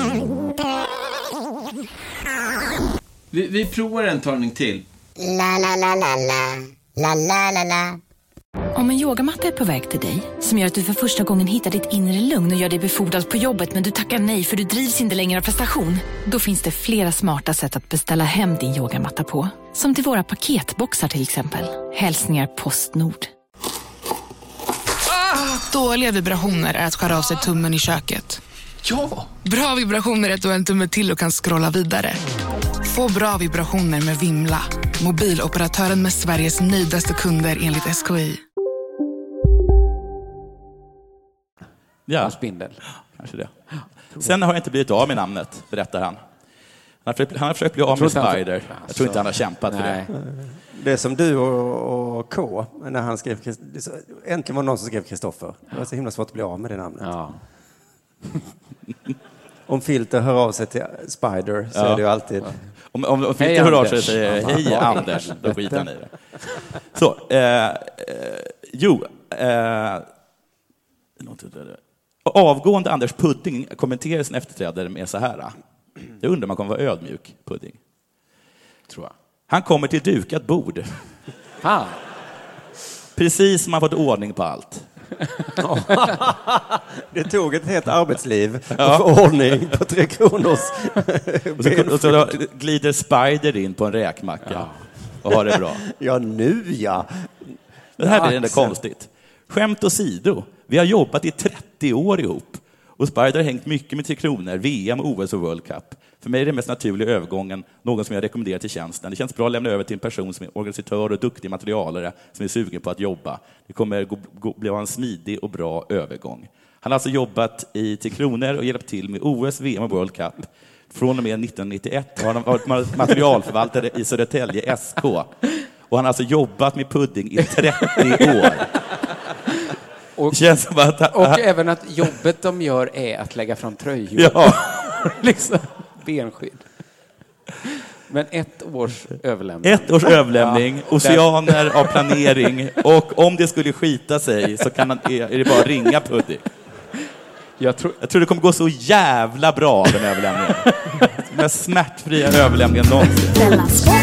Vi, vi provar en talning till. La la la la la. La la la la. Om en yogamatta är på väg till dig, som gör att du för första gången hittar ditt inre lugn och gör dig befordrad på jobbet men du tackar nej för du drivs inte längre av prestation. Då finns det flera smarta sätt att beställa hem din yogamatta på. Som till våra paketboxar till exempel. Hälsningar Postnord. Ah, dåliga vibrationer är att skära av sig tummen i köket. Ja! Bra vibrationer är att du har en tumme till och kan scrolla vidare. Få bra vibrationer med Vimla. Mobiloperatören med Sveriges nöjdaste kunder enligt S K I. Ja. Och spindel. Kanske det. Sen har jag inte blivit av med namnet, berättar han. Han har försökt, han har försökt bli av med Spider. Jag, jag tror inte han har kämpat Nej. för det. Det är som du och, och K, när han skrev... Äntligen var det någon som skrev Kristoffer. Det var så himla svårt att bli av med det namnet. Ja. Om Filter hör av sig till Spider så ja. är det ju alltid... Ja. Om, om, om Filter hör av sig och säger hej Anders, då skiter han i det. Så, eh, eh, jo... Eh, avgående Anders Pudding kommenterar sin efterträdare med så här. Jag undrar om man kommer vara ödmjuk, Pudding. Tror jag. Han kommer till dukat bord. Fan. Precis som man fått ordning på allt. Det tog ett helt arbetsliv ja. att få ordning på Tre Kronors. och, så, och så glider Spider in på en räkmacka ja. och har det bra. Ja, nu ja. Det här blir ändå konstigt. Skämt åsido. Vi har jobbat i trettio år ihop. Och Spider har hängt mycket med Tre Kronor, V M, O S och World Cup. För mig är det mest naturliga övergången någon som jag rekommenderar till tjänsten. Det känns bra att lämna över till en person som är organisatör och duktig materialare som är sugen på att jobba. Det kommer gå, gå, bli en smidig och bra övergång. Han har alltså jobbat i Tre Kronor och hjälpt till med O S, V M och World Cup. Från och med nittonhundranittioett har han varit materialförvaltare i Södertälje S K. Och han har alltså jobbat med Pudding i trettio år. Och, känns som att han, och även att jobbet de gör är att lägga fram tröjor. Ja. liksom benskydd. Men ett års överlämning. Ett års överlämning, ja. Oceaner av planering. Och om det skulle skita sig så kan han, är det bara att ringa Pudding. Jag tror, jag tror det kommer gå så jävla bra, den överlämningen. Den smärtfria överlämningen någonsin.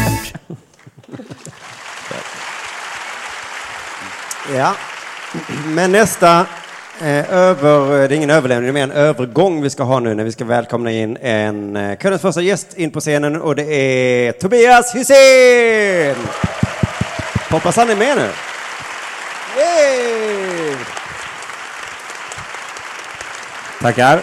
Ja. Men nästa eh, över, det är ingen överlämning, det är en övergång vi ska ha nu när vi ska välkomna in en eh, kvällens första gäst in på scenen, och det är Tobias Hysén! Hoppas han är med nu. Yay! Tackar.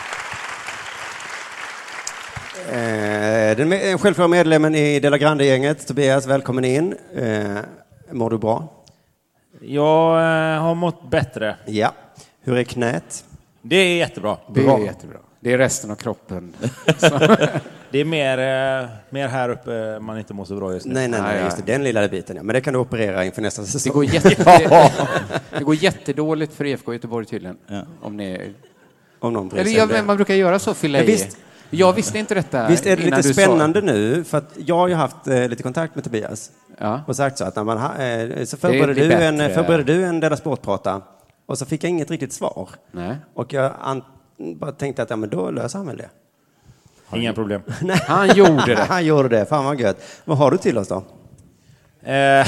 Eh, den med, självklara medlemmen i Della Grande-gänget, Tobias, välkommen in. Eh, mår du bra? Jag eh, har mått bättre. Ja. Hur är knät? Det är jättebra. Det är jättebra. Det är resten av kroppen. Det är mer, eh, mer här uppe man inte mår så bra just nu. Nej, nej, nej, just det. Den lilla biten. Ja. Men det kan du operera inför nästa säsong. Det går, jätte, det går jättedåligt för I F K Göteborg tydligen. Ja. Om ni... Om någon Eller jag, man brukar göra så, fylla i. Jag visste inte detta. Visst är det lite spännande sa... nu, för att jag har ju haft eh, lite kontakt med Tobias. Ja. Och sagt så att när man ha, eh, så förberedde du, en, förberedde du en Della Sport-prata, och så fick jag inget riktigt svar. Nej. Och jag an, bara tänkte att ja, men då löser han väl det. Inga problem. Nej. Han gjorde det. Han gjorde det, fan vad gött. Vad har du till oss då? Eh,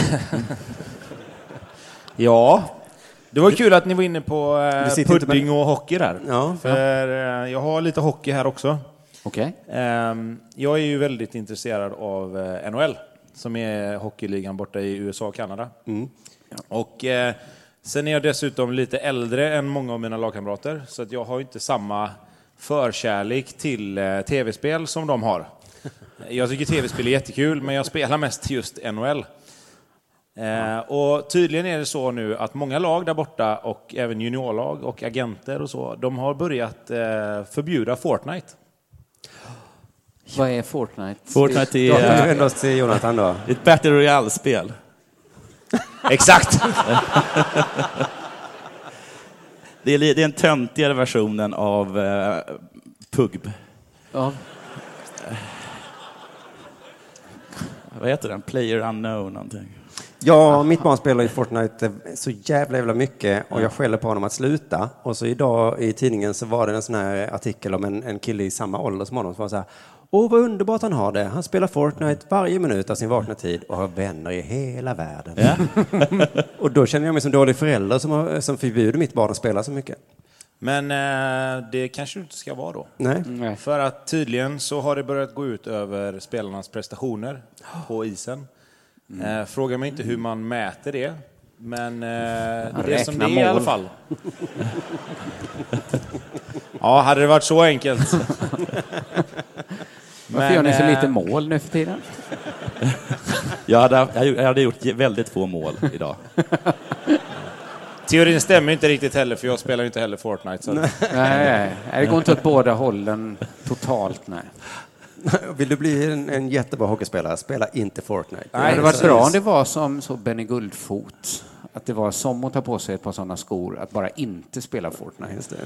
ja, det var kul att ni var inne på eh, pudding och hockey där. Ja, för eh, jag har lite hockey här också. Okej. Okay. Eh, jag är ju väldigt intresserad av eh, N H L, som är hockeyligan borta i U S A och Kanada. Mm. Ja. Och eh, sen är jag dessutom lite äldre än många av mina lagkamrater, så att jag har inte samma förkärlek till eh, tv-spel som de har. Jag tycker tv-spel är jättekul, men jag spelar mest just N H L. Eh, och tydligen är det så nu att många lag där borta, och även juniorlag och agenter och så, de har börjat eh, förbjuda Fortnite. Vad är Fortnite? Fortnite är, då är ändå till Jonathan då. Ett Battle Royale-spel. Exakt. det, är, det är en töntigare versionen av uh, P U G. Ja. Vad heter den? Player Unknown någonting. Ja, mitt barn spelar i Fortnite så jävla jävla mycket, och jag skäller på honom att sluta. Och så idag i tidningen så var det en sån här artikel om en, en kille i samma ålder som honom som var så här: åh, vad underbart han har det. Han spelar Fortnite varje minut av sin vakna tid och har vänner i hela världen. Ja. Och då känner jag mig som dålig förälder som, har, som förbjuder mitt barn att spela så mycket. Men eh, det kanske inte ska vara då. Nej. Nej. För att tydligen så har det börjat gå ut över spelarnas prestationer på isen. Mm. Eh, fråga mig inte hur man mäter det. Men eh, det är som det är i alla fall. Ja, hade det varit så enkelt. Varför gör ni så lite mål nu för tiden? jag, hade, jag hade gjort väldigt få mål idag. teorin stämmer inte riktigt heller, för jag spelar ju inte heller Fortnite. Så. Nej, nej, det går inte åt båda hållen totalt, nej. Vill du bli en, en jättebra hockeyspelare, spela inte Fortnite. Nej, det hade varit bra om det var som så Benny Guldfot. Att det var som att ta på sig ett par sådana skor, att bara inte spela Fortnite. Just det.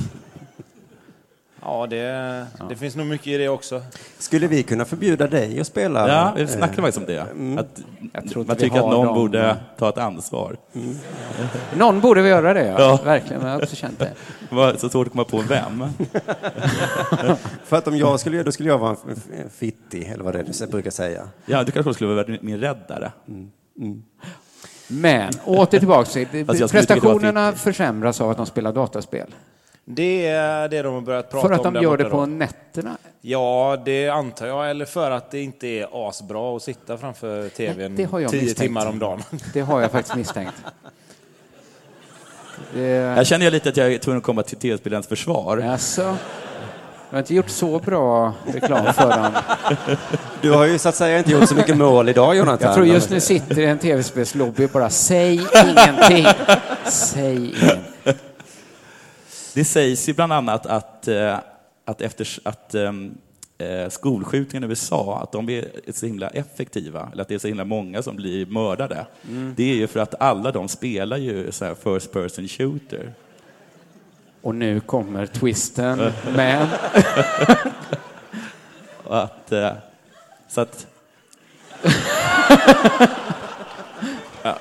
Ja, det, Ja. det finns nog mycket i det också. Skulle vi kunna förbjuda dig att spela? Ja, vi snackar faktiskt om det. Mm. Att Jag tror inte man vi tycker att har någon dem. borde ta ett ansvar. Mm. Någon borde vi göra det, ja. Ja. Verkligen, jag har också känt det. Det var så svårt att komma på vem. För att om jag skulle göra, då skulle jag vara en f- fittig, eller vad det är du brukar säga. Ja, du kanske skulle vara min räddare. Mm. Mm. Men åter tillbaka till Fast jag skulle tycka det var prestationerna försämras av att de spelar dataspel. Det är det de har börjat prata om. För att de där gör borta det på då. nätterna. Ja, det antar jag. Eller för att det inte är asbra att sitta framför tvn Det har jag tio misstänkt. timmar om dagen. Det har jag faktiskt misstänkt. Det... Jag känner ju lite att jag är tvungen att komma till tv-spelarens försvar. Alltså, jag har inte gjort så bra reklam för dem. Du har ju så att säga inte gjort så mycket mål idag, Jonathan. Jag tror just nu sitter i en tv-spelslobby och bara säg ingenting. Säg ingenting. Det sägs ju bland annat att, eh, att efter att eh, skolskjutningarna i U S A, att de är så himla effektiva, eller att det är så himla många som blir mördade. Mm. Det är ju för att alla de spelar ju så här first person shooter. Och nu kommer twisten med... Och att, eh, så att... ja.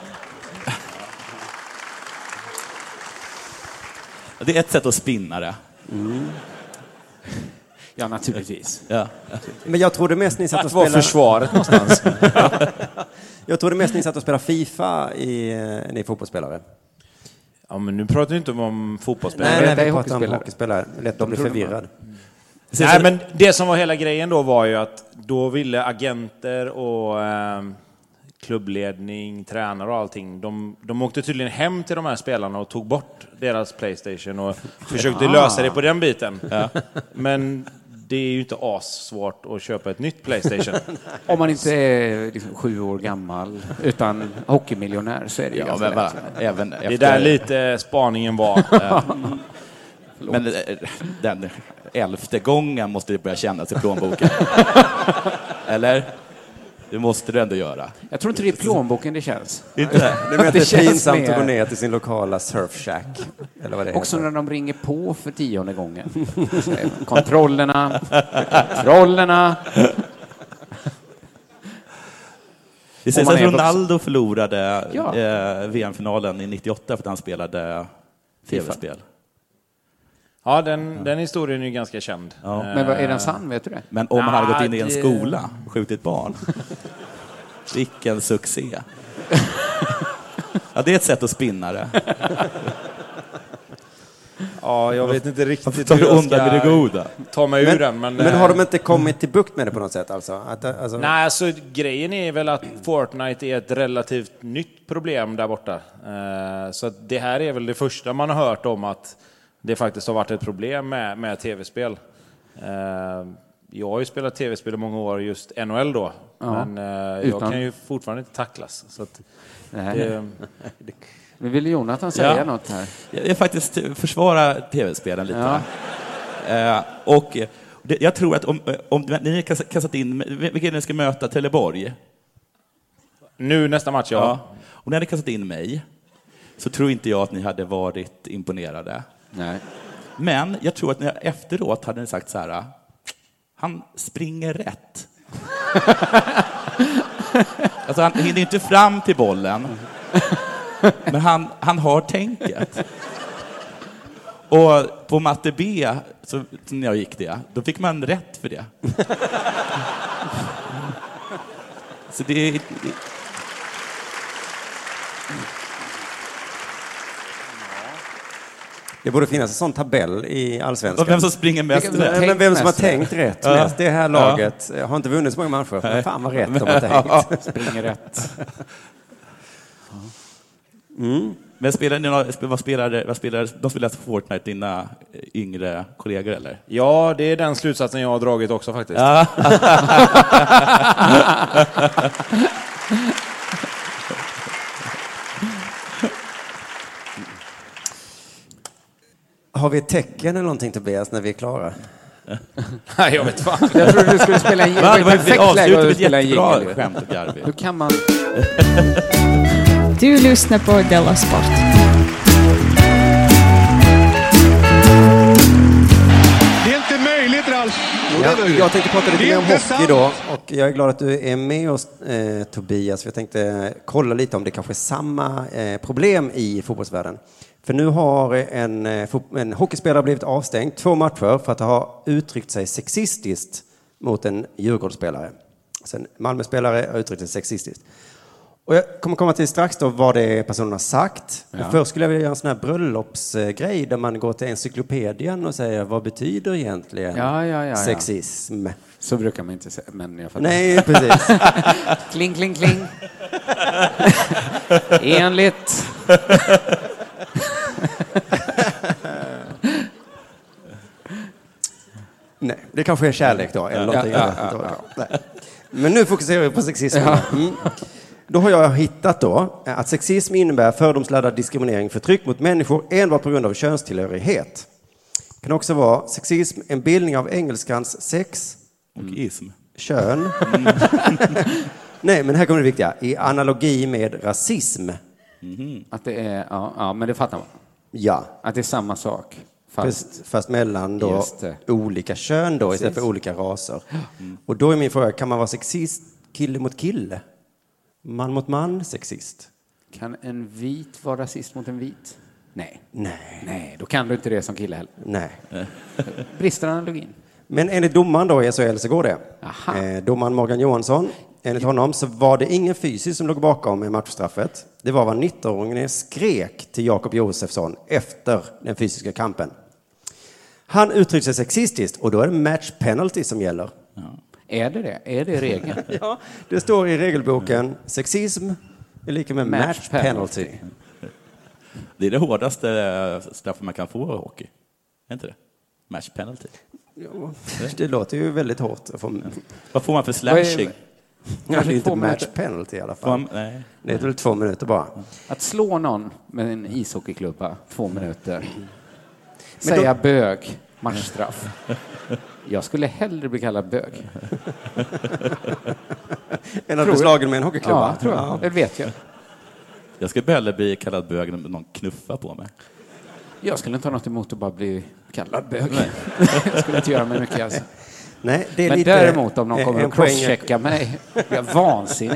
Det är ett sätt att spinna det. Mm. Ja, naturligtvis. Ja. Men jag trodde mest ni satt och Att vara spelade... försvaret någonstans. Jag trodde mest ni satt och spelade FIFA i eh, ni fotbollsspelare. Ja, men nu pratar vi inte om fotbollsspelare. Nej, nej, det är vi pratar om hockeyspelare. hockeyspelare. Lätt att bli förvirrad. Nej, men det som var hela grejen då var ju att då ville agenter och eh, klubbledning, tränare och allting, de, de åkte tydligen hem till de här spelarna och tog bort deras PlayStation och försökte Ah. lösa det på den biten. Ja. Men det är ju inte assvårt att köpa ett nytt PlayStation. Om man inte är liksom sju år gammal utan hockeymiljonär så är det ju Ja, ganska men va, lätt. även Det efter... är där lite spaningen var. Men eh, den elfte gången måste det börja kännas i plånboken. Eller? Det måste du ändå göra. Jag tror inte det är plånboken det känns. Inte? Det är med att det är känns pinsamt mer- att gå ner till sin lokala surfshack. Eller vad det Också heter. när de ringer på för tionde gången. Så är det Kontrollerna, kontrollerna. Det sägs Om man att är Ronaldo förlorade Ja. eh, V M-finalen i nittioåtta för att han spelade tv-spel. Ja, den, den historien är ju ganska känd. Ja. Men vad, är den sann, vet du det? Men om man hade Nej, gått in i en det- skola och skjutit barn. Vilken succé. Ja, det är ett sätt att spinna det. Ja, jag vet inte riktigt Ta hur det jag onda med det goda. ta mig ur Men, den. Men, men har de inte kommit till bukt med det på något sätt? Alltså? Att, alltså... Nej, alltså grejen är väl att Fortnite är ett relativt nytt problem där borta. Eh, Så att det här är väl det första man har hört om att det faktiskt har varit ett problem med, med tv-spel. Eh, Jag har ju spelat tv-spel i många år, just N H L då. Ja, Men eh, jag utan- kan ju fortfarande inte tacklas. Så att Nej. det, Men vill Jonathan säga Ja. något här? Jag vill faktiskt försvara tv-spelen lite. Ja. Eh, och eh, det, jag tror att om, om ni har kas- kastat in, vilka är det ni ska möta? Trelleborg? nu nästa match, ja. Ja. Om ni hade kastat in mig så tror inte jag att ni hade varit imponerade. Nej. Men jag tror att ni efteråt hade ni sagt så här: han springer rätt. Alltså han hinner inte fram till bollen, men han, han har tänket. Och på matte B, så, när jag gick det, då fick man rätt för det. Så det är... Det borde finnas en sån tabell i Allsvenskan. Vem som springer mest Vilka- rätt. Men vem som har mest tänkt rätt Ja. mest. Det här laget har inte vunnit så många matcher. Men fan vad rätt de har tänkt. Springer rätt. Mm. Men spelar ni, några- vad spelar, vad spelar, de spelar Fortnite, dina yngre kollegor, eller? Ja, det är den slutsatsen jag har dragit också faktiskt. Ja. Har vi ett tecken eller någonting, Tobias, när vi är klara? Nej, jag vet fan. Jag trodde du skulle spela en Va, det var ett perfekt läge att ett spela en jättebra jingel. skämt, Garvi. Hur kan man... Du lyssnar på Della Sport. Det är inte möjligt, Ralf. Ja, jag tänkte prata lite mer om hockey då, och jag är glad att du är med oss, eh, Tobias. Jag tänkte kolla lite om det kanske är samma eh, problem i fotbollsvärlden. För nu har en, eh, en hockeyspelare blivit avstängd två matcher för att ha uttryckt sig sexistiskt mot en Djurgårdsspelare. Sen Malmö-spelare har uttryckt sig sexistiskt. Och jag kommer komma till strax då vad det är personen har sagt. Ja. Men först skulle jag vilja göra en sån här bröllopsgrej där man går till encyklopedien och säger vad betyder egentligen Ja, ja, ja, ja. sexism? Så brukar man inte säga, men jag fattar. Nej, precis. Kling, kling, kling. Enligt... Nej, det kanske är kärlek då, eller någonting Ja, ja, annat. ja, ja. Nej. Men nu fokuserar vi på sexismen. Ja. Mm. Då har jag hittat då att sexism innebär fördomsladdad diskriminering, förtryck mot människor enbart på grund av könstillhörighet. Det kan också vara sexism, en bildning av engelskans sex och ism. Kön. Nej, men här kommer det viktiga. I analogi med rasism. Mm-hmm. Att det är, ja, ja, men det fattar man. Ja. Att det är samma sak. Fast, fast mellan då olika kön då, istället för olika raser. Mm. Och då är min fråga, kan man vara sexist kille mot kille? Man mot man, sexist? Kan en vit vara rasist mot en vit? Nej. Nej. Nej, då kan du inte det som kille heller. Nej. Brister analogin. Men enligt domaren då i S H L så går det. Eh, domaren Morgan Johansson, enligt honom så var det ingen fysiskt som låg bakom i matchstraffet. Det var vad nittonåringen skrek till Jakob Josefsson efter den fysiska kampen. Han uttryckte sig sexistiskt och då är det match penalty som gäller. Ja. Är det det? Är det regeln? Ja, det står i regelboken sexism är lika med match, match penalty. penalty. Det är det hårdaste straffet man kan få i hockey. Är inte det? Match penalty. Jo, det låter ju väldigt hårt. Vad får man för slashing? Ja, det är inte match penalty i alla fall. Man, nej. Det är väl två minuter bara. Att slå någon med en ishockeyklubba två minuter. Men säga då... bög, matchstraff. Jag skulle hellre bli kallad bög. Än att bli slagen med en hockeyklubba? Ja, tror jag. Det vet jag. Jag skulle hellre bli kallad bög än någon knuffa på mig. Jag skulle inte ha något emot att bara bli kallad bög. Jag skulle inte göra mig mycket alltså. Nej, det är men lite däremot om någon kommer att crosschecka mig, jag är vansinnig.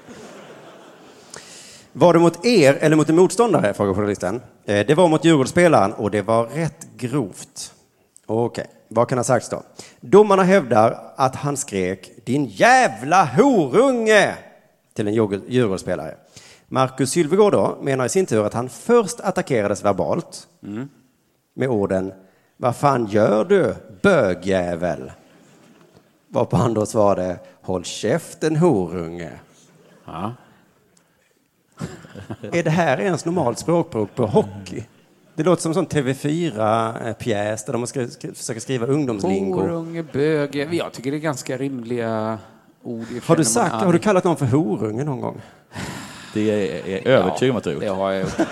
Var det mot er eller mot en motståndare, frågar journalisten. Det var mot Djurgårdsspelaren och det var rätt grovt. Okej, vad kan ha sagts då? Domarna hävdar att han skrek din jävla horunge till en Djurgårdsspelare. Marcus Sylvegård då menar i sin tur att han först attackerades verbalt mm. med orden vad fan gör du, bögjävel? Varpå han då svarade håll käften, horunge. Ja. Är det här ens normalt språkbruk på hockey? Det låter som en sån T V fyra-pjäs där de ska skri- försöka skriva ungdomslingo. Horunge, böge. Jag tycker det är ganska rimliga ord. Har du sagt, har du kallat någon för horunge någon gång? Det är, är övertygad om att du har gjort. Det har jag gjort.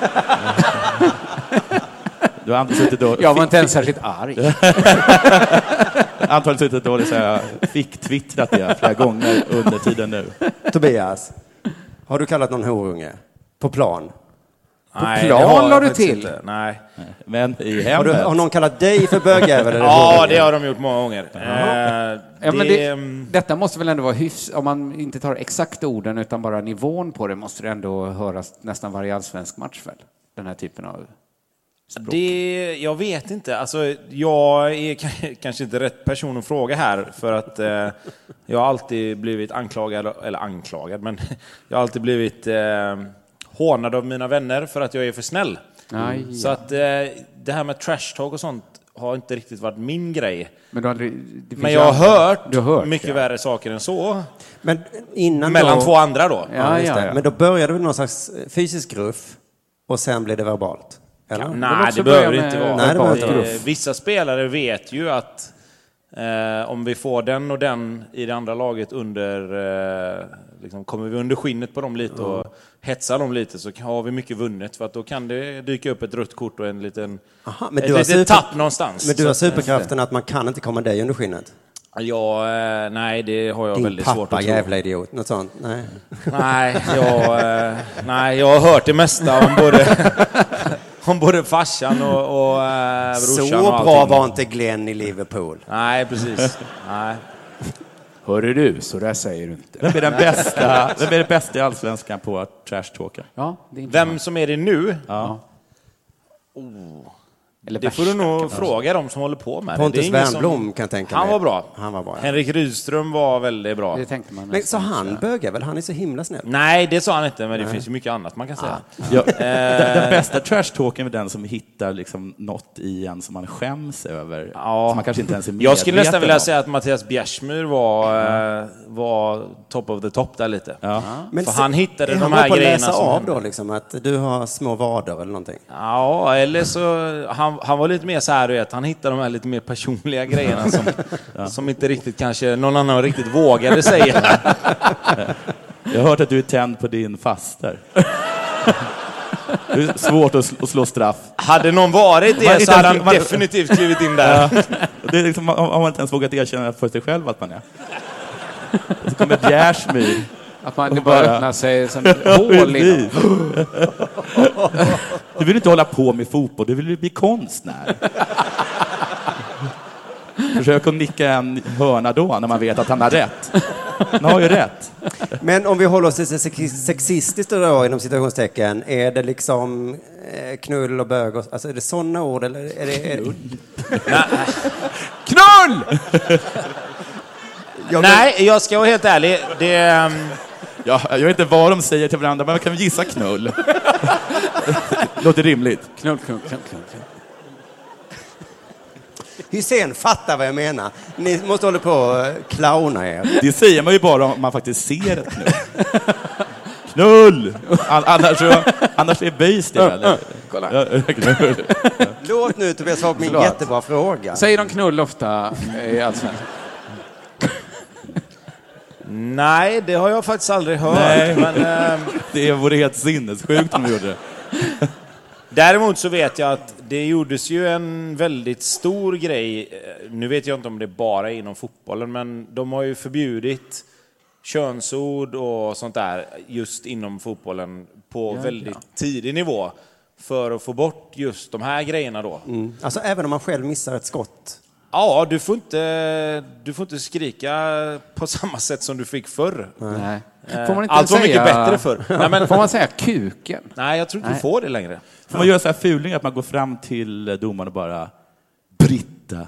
Du har antagligen suttit då... Jag var inte ens särskilt arg. Antagligen suttit då och så här, fick twittrat det flera gånger under tiden nu. Tobias, har du kallat någon horunge? På plan? På Nej, plan har du till? Inte. Nej. Men i hemmet... Har, du, har någon kallat dig för bögjävel? Ja, det har de gjort många gånger. Uh, ja, men det, detta måste väl ändå vara hyfs... Om man inte tar exakt orden utan bara nivån på det måste det ändå höras nästan varje allsvensk match väl? Den här typen av språk. Det, jag vet inte. Alltså, jag är k- kanske inte rätt person att fråga här för att eh, jag har alltid blivit anklagad, eller anklagad, men jag har alltid blivit eh, hånad av mina vänner för att jag är för snäll. Aj, ja. Så att eh, det här med trash talk och sånt har inte riktigt varit min grej. Men, aldrig, men jag har hört, har hört mycket ja. värre saker än så. Men innan Mellan då, två andra då. Ja, ja, ja. Men då började det någon slags fysisk gruff och sen blev det verbalt. Ja, nej, det behöver inte vara. Nej, det det, gruff. Vissa spelare vet ju att Eh, om vi får den och den i det andra laget under, eh, liksom, kommer vi under skinnet på dem lite och mm. hetsar dem lite, så har vi mycket vunnet, för att då kan det dyka upp ett rött kort och en liten, Aha, men ett du har litet super... tapp någonstans. Men du har så, superkraften att man kan inte komma dig under skinnet. Ja, eh, nej, det har jag Din väldigt pappa, svårt att tro. jävla idiot, något sånt. Nej, nej, jag, eh, nej, jag har hört det mesta om både, om både farsan och, och eh, brorsan. Så och bra var inte Glenn i Liverpool. Nej, precis. Nej. Hörru du, så där säger du inte. Vem är den bästa, vem är det bästa i Allsvenskan på att trash-talka? Ja, det är Vem som är det nu? Ja. Oh. Eller det får du nog fråga dem som håller på med Pontus det. Pontus Wernbloom som... kan jag tänka Han mig. var bra. Han var bra. Ja. Henrik Rydström var väldigt bra. Det tänkte man. Men så han bögar väl? Han är så himla snäll. Nej, det sa han inte, men det Nej. finns ju mycket annat man kan säga. Ah. Ja, den, den bästa trash-talken är den som hittar liksom något i en som man skäms över. Ja. Som man kanske inte ens är Jag skulle nästan vilja om. säga att Mattias Bjärsmyr var, mm. var top of the top där lite. Ja. Men för så, han hittade han de här på grejerna läsa som av hände. då liksom, att du har små vader eller någonting. Ja, eller så han, han var lite mer så här, du vet, han hittade de här lite mer personliga grejerna som, ja. som inte riktigt kanske någon annan riktigt vågade säga. Jag har hört att du är tänd på din faster. Det är svårt att slå, att slå straff. Hade någon varit det så hade han man, definitivt klivit in där. Ja. Det är liksom, har man inte ens vågat erkänna för sig själv att man är. Och så kommer Bjärsmyr. Att man det bara öppnar sig som hål i. Du vill inte hålla på med fotboll, du vill bli konstnär. Försök att nicka en hörna då när man vet att han har rätt. Han har ju rätt. Men om vi håller oss till sexistiskt då, inom situationstecken, är det liksom eh, knull och bög och, alltså är det sådana ord eller är det... Är det... Knull! jag Nej, jag ska vara helt ärlig. Det... Um... Ja, jag vet inte vad de säger till varandra, men man kan gissa knull. Låter rimligt. Knull, knull, knull, knull. Hysén fattar vad jag menar. Ni måste hålla på och clowna er. Det säger man ju bara om man faktiskt ser ett knull. Knull! Annars, så, annars är böjs det väl? Kolla. Knull. Låt nu Tobias svara på min Förlåt. jättebra fråga. Säger de knull ofta i Allsvenskan? Nej, det har jag faktiskt aldrig hört. Nej, men, ähm... det vore helt sinnessjukt om de gjorde det. Däremot så vet jag att det gjordes ju en väldigt stor grej. Nu vet jag inte om det bara är inom fotbollen, men de har ju förbjudit könsord och sånt där just inom fotbollen på ja, väldigt ja. tidig nivå för att få bort just de här grejerna då. Mm. Alltså även om man själv missar ett skott? Ja, du får inte, du får inte skrika på samma sätt som du fick förr. Nej. Får man inte Allt var säga... mycket bättre förr. Nej, men... Får man säga kuken? Nej, jag tror inte Nej. du får det längre. Får man göra så här fuling att man går fram till domaren och bara Britta.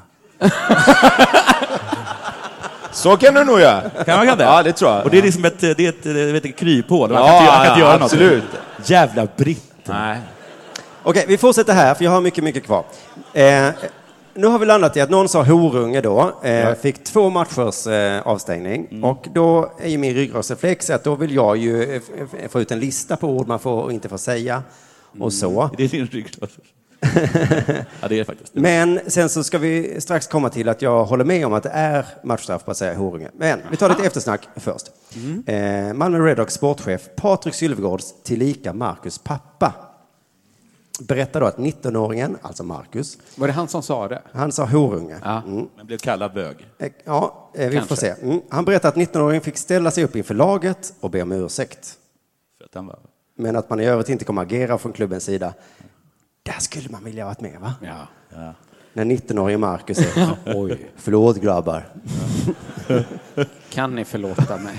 Så kan du nog göra. Kan man kan det? Ja, det tror jag. Och det är liksom ett, det är ett, det vet, ett kryphål. Man ja, kan inte, man kan inte ja, göra absolut. något. Jävla Britta. Nej. Okej, vi fortsätter här för jag har mycket, mycket kvar. Eh, nu har vi landat i att någon sa horunge då. Eh, ja. Fick två matchers eh, avstängning. Mm. Och då är ju min ryggradsreflex att då vill jag ju f- f- få ut en lista på ord man får och inte får säga. Mm. Och så. Det är din ryggrads. Ja, det är faktiskt. Men sen så ska vi strax komma till att jag håller med om att det är matchstraff på att säga horunge. Men vi tar lite eftersnack först. Mm. Eh, Malmö Redhawks sportchef Patrik Sylvegårds tillika Marcus pappa berättar då att nittonåringen, alltså Marcus... Var det han som sa det? Han sa horunge. Ja, mm. Men blev kallad bög. Eh, ja, eh, vi Kanske. får se. Mm. Han berättar att nittonåringen fick ställa sig upp inför laget och be om ursäkt. För att han var... Men att man i övrigt inte kommer agera från klubbens sida. Där skulle man vilja ha varit med, va? Ja. Ja. När nittonåringen Marcus är... Oj, förlåt grabbar. Ja. Kan ni förlåta mig?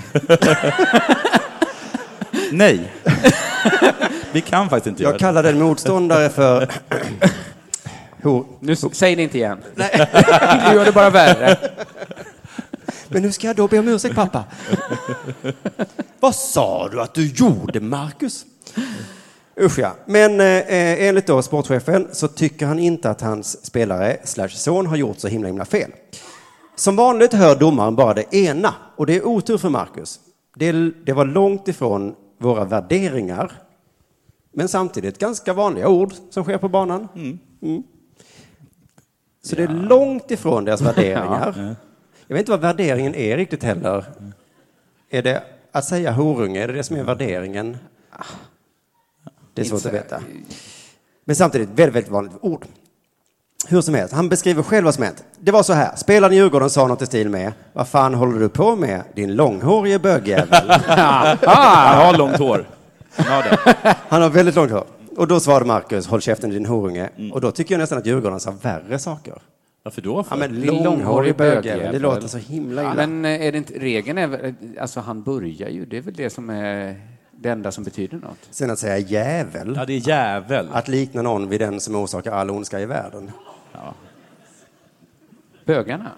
Nej. Vi kan faktiskt inte jag göra det. Jag kallar den motståndare för... Hor... Nu säg det inte igen. Nej. Du gör det bara värre. Men nu ska jag då be om ursäkt, pappa. Vad sa du att du gjorde, Marcus? Usch ja. Men eh, enligt då sportchefen så tycker han inte att hans spelare slash son har gjort så himla himla fel. Som vanligt hör domaren bara det ena. Och det är otur för Marcus. Det, det var långt ifrån våra värderingar. Men samtidigt ganska vanliga ord som sker på banan. Mm. Mm. Så ja. Det är långt ifrån deras värderingar. Ja. Jag vet inte vad värderingen är riktigt heller. Är det att säga horunge? Är det det som är värderingen? Det är svårt att veta. Men samtidigt väldigt, väldigt vanligt ord. Hur som helst, han beskriver själv vad som hänt. Det var så här, spelaren i Djurgården sa något i stil med: vad fan håller du på med, din långhårige bögjävel? ah, han har långt hår. Han har, det. Han har väldigt långt hår. Och då svarade Marcus, håll käften din horunge. Mm. Och då tycker jag nästan att Djurgården sa värre saker. Varför då? För? Ja, men långhårig bögjävel, det låter så himla illa. Ja, men är det inte, regeln är, alltså han börjar ju, det är väl det som är det enda som betyder något. Sen att säga jävel. Ja, det är jävel. Att likna någon vid den som orsakar all ondska i världen. Ja. Bögarna.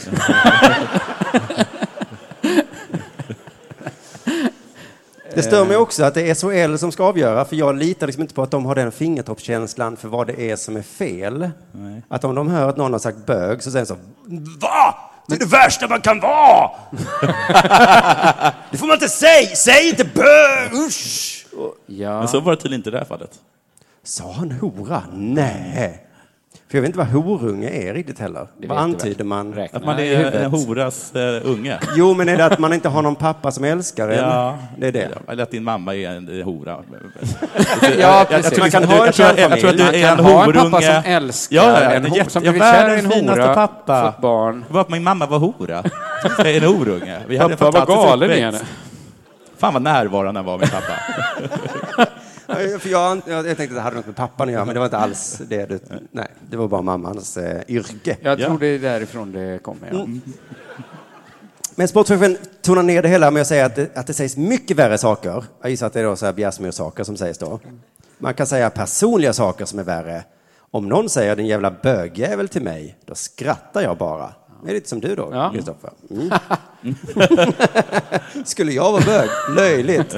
Det stör mig också att det är S H L som ska avgöra, för jag litar liksom inte på att de har den fingertoppskänslan för vad det är som är fel. Nej. Att om de hör att någon har sagt bög så säger de så: va? Det är det värsta man kan vara! Det får man inte säga! Säg inte bög! Usch! Ja. Men så var det tydligen inte i det här fallet. Sa han hora? Nej. För jag vet inte vad horunge är riktigt heller. Det vad antyder man? Räkna att man är en horas uh, unge. Jo, men är det att man inte har någon pappa som älskar en? Ja, det är det. Ja, eller att din mamma är en hora. Ja, precis. Man kan ha en kärnfamilj. Jag tror att du är en horunge. En pappa som älskar ja, ja, en hora. Som jag blir kär i en hora. Pappa. Fått barn. Var min mamma var hora. En horunge. Vi hade pappa var galen med henne. Fan vad närvarande var min pappa. För jag, jag, jag tänkte att det hade något med pappan att göra, men det var inte alls det. Du, nej, det var bara mammans eh, yrke. Jag tror ja. det är därifrån det kommer. Ja. Mm. Men sportchefen tonar ner det hela med att säga att det, att det sägs mycket värre saker. Jag gissar att det är då så här Bjärsmyr-saker som sägs då. Man kan säga personliga saker som är värre. Om någon säger den jävla bögjävel till mig, då skrattar jag bara. Det är lite som du då, Kristoffer. Ja. Mm. Skulle jag vara bög? Löjligt.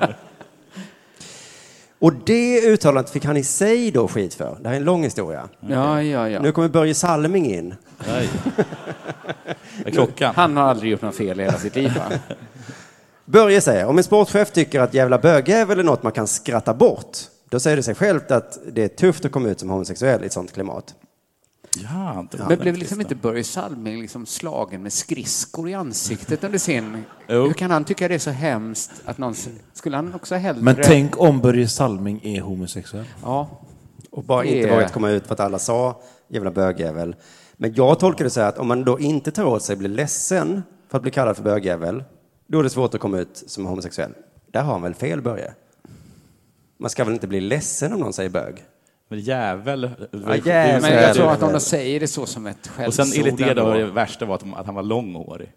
Och det uttalandet fick han i sig då skit för. Det här är en lång historia. Ja, ja, ja. Nu kommer Börje Salming in. Nej. Klockan. Han har aldrig gjort något fel i hela sitt liv, va? Börje säger, om en sportchef tycker att jävla bögjävel är något man kan skratta bort, då säger det sig självt att det är tufft att komma ut som homosexuell i ett sånt klimat. Ja, men blev liksom inte Börje Salming liksom slagen med skridskor i ansiktet under sin... Jo. Hur kan han tycka det är så hemskt att någon... Skulle han också hellre... Men tänk om Börje Salming är homosexuell. Ja. Och bara det... inte vågat komma ut för att alla sa jävla bögjävel. Men jag tolkar det så här att om man då inte tar åt sig blir ledsen för att bli kallad för bögjävel, då är det svårt att komma ut som homosexuell. Där har han väl fel, Börje. Man ska väl inte bli ledsen om någon säger bög. Men jävel. Ja, jävel. Men jag tror att om de säger det så som ett skällsord. Och sen enligt det då, det värsta var att han var långhårig.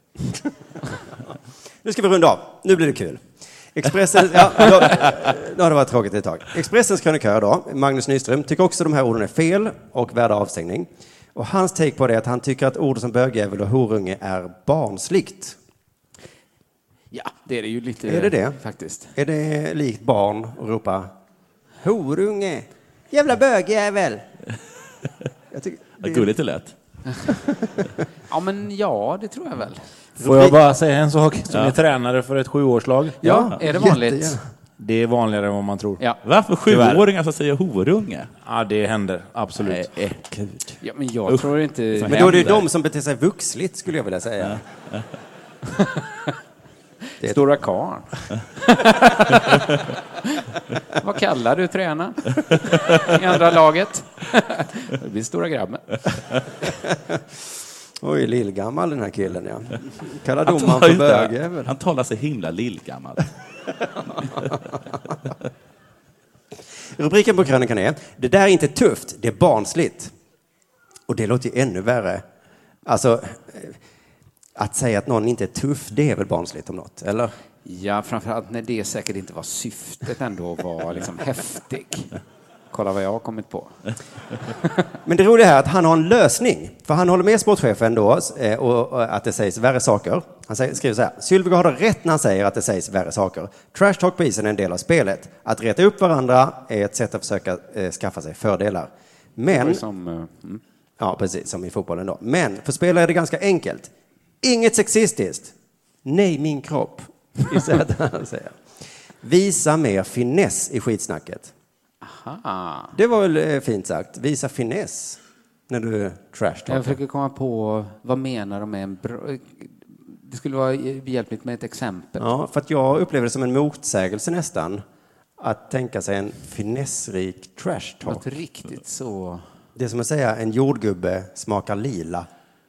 Nu ska vi runda av. Nu blir det kul. Expressen, ja, då, då har det varit tråkigt ett tag. Expressens krönikör då, Magnus Nyström, tycker också att de här orden är fel och värda avstängning. Och hans take på det är att han tycker att ord som bögjävel och horunge är barnsligt. Ja, det är det ju lite. Är det det? Faktiskt. Är det likt barn att ropa horunge? Jävla bögjävel. Jag tycker det är gulligt och lätt. Ja, men ja, det tror jag väl. Får jag bara säga en sak som ja. är tränare för ett sjuårslag? Ja, ja. Är det vanligt? Jätte, ja. Det är vanligare än vad man tror. Ja. Varför sjuåringar som säger horunge? Ja, det händer. Absolut. Nej, ja, men jag tror inte... Men då är det ju de som beter sig vuxligt, skulle jag vilja säga. Ja. Det är Stora karn. Vad kallar du tränaren i andra laget? Det blir stora grabben. Oj, lillgammal den här killen, ja. Kallar domaren för bögjävel. Han talar sig himla lillgammal. Rubriken på krönikan är: det där är inte tufft, det är barnsligt. Och det låter ju ännu värre. Alltså... Att säga att någon inte är tuff, det är väl barnsligt om något, eller? Ja, framförallt när det säkert inte var syftet ändå att vara liksom häftig. Kolla vad jag har kommit på. Men det roliga är att han har en lösning. För han håller med sportchefen då och att det sägs värre saker. Han skriver så här: Sylvegård har rätt när han säger att det sägs värre saker. Trash talk på isen är en del av spelet. Att reta upp varandra är ett sätt att försöka eh, skaffa sig fördelar. Men... Som, uh, mm. Ja, precis, som i fotbollen då. Men för spelare är det ganska enkelt. Inget sexistiskt. Nej, min kropp. Visa mer finess i skitsnacket. Aha. Det var väl fint sagt. Visa finess. när du trash talkar? Jag försöker komma på vad menar de med en bra... Det skulle vara hjälpligt med ett exempel. Ja, för att jag upplever det som en motsägelse nästan att tänka sig en finessrik trash talk. Något riktigt så... Det är som att säga en jordgubbe smakar lila.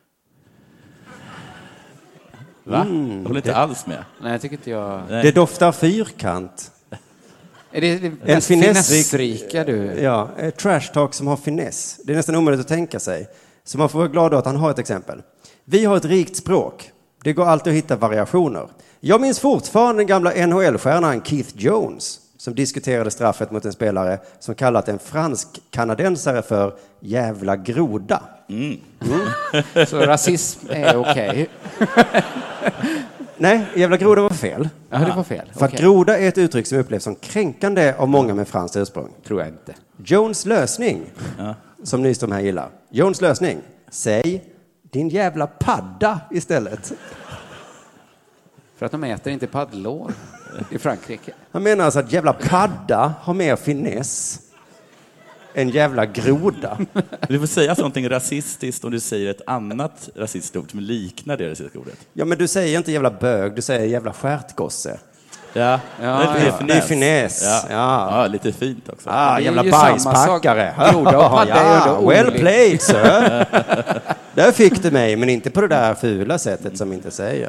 Va? Mm, jag håller inte det... alls med. Nej, jag tycker inte jag... Nej. Det doftar fyrkant. Är det, det en finessrika du? Ja, ett trash talk som har finess. Det är nästan omöjligt att tänka sig. Så man får vara glad att han har ett exempel. Vi har ett rikt språk. Det går alltid att hitta variationer. Jag minns fortfarande den gamla N H L-stjärnan Keith Jones som diskuterade straffet mot en spelare som kallat en fransk-kanadensare för jävla groda. Mm. Mm. Så rasism är okej. Okay. Nej, jävla groda var fel. Ja, det var fel. För okay. att groda är ett uttryck som upplevs som kränkande av många med franskt ursprung. Tror jag inte. Jones lösning, ja. som Nyström här gillar. Jones lösning, säg din jävla padda istället. För att de äter inte paddlår i Frankrike. Han menar alltså att jävla padda har mer finess än jävla groda. Du får säga någonting rasistiskt om du säger ett annat rasistiskt ord som liknar det rasistiska ordet. Ja, men du säger inte jävla bög, du säger jävla stjärtgosse. Ja, ja, det är ja. finess. Det är finess. Ja. Ja. Ja, lite fint också. Ah, det jävla bajspackare. Ja, ja, well played, sir. Där fick du mig, men inte på det där fula sättet som inte säger.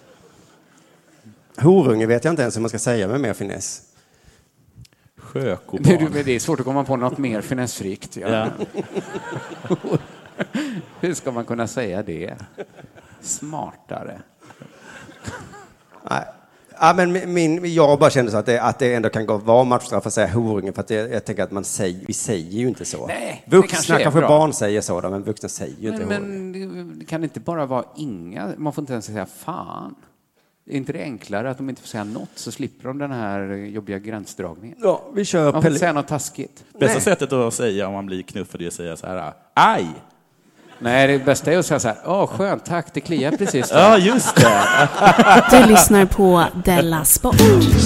Horunge vet jag inte ens hur man ska säga med mer finess. Sjökobarn. Det är svårt att komma på något mer finessrikt. Ja. Ja. Hur ska man kunna säga det? Smartare. Nej. Ja, men min, jag bara kände så att det, att det ändå kan gå vara matchstraff att säga horunge, för att det, jag tänker att man säger, vi säger ju inte så. Nej, vuxna kanske, kanske bra. Barn säger så, men vuxna säger ju inte men, horunge. Men det kan inte bara vara inga, man får inte ens säga fan. Är inte det enklare att de inte får säga något så slipper de den här jobbiga gränsdragningen? Ja, vi kör. Man får inte säga något taskigt. Bästa Nej. sättet att säga om man blir knuffad är att säga så här: aj! Nej, det bästa är att säga så här: åh, skönt, tack, det kliar precis. Ja, just det. Du lyssnar på Della Sport.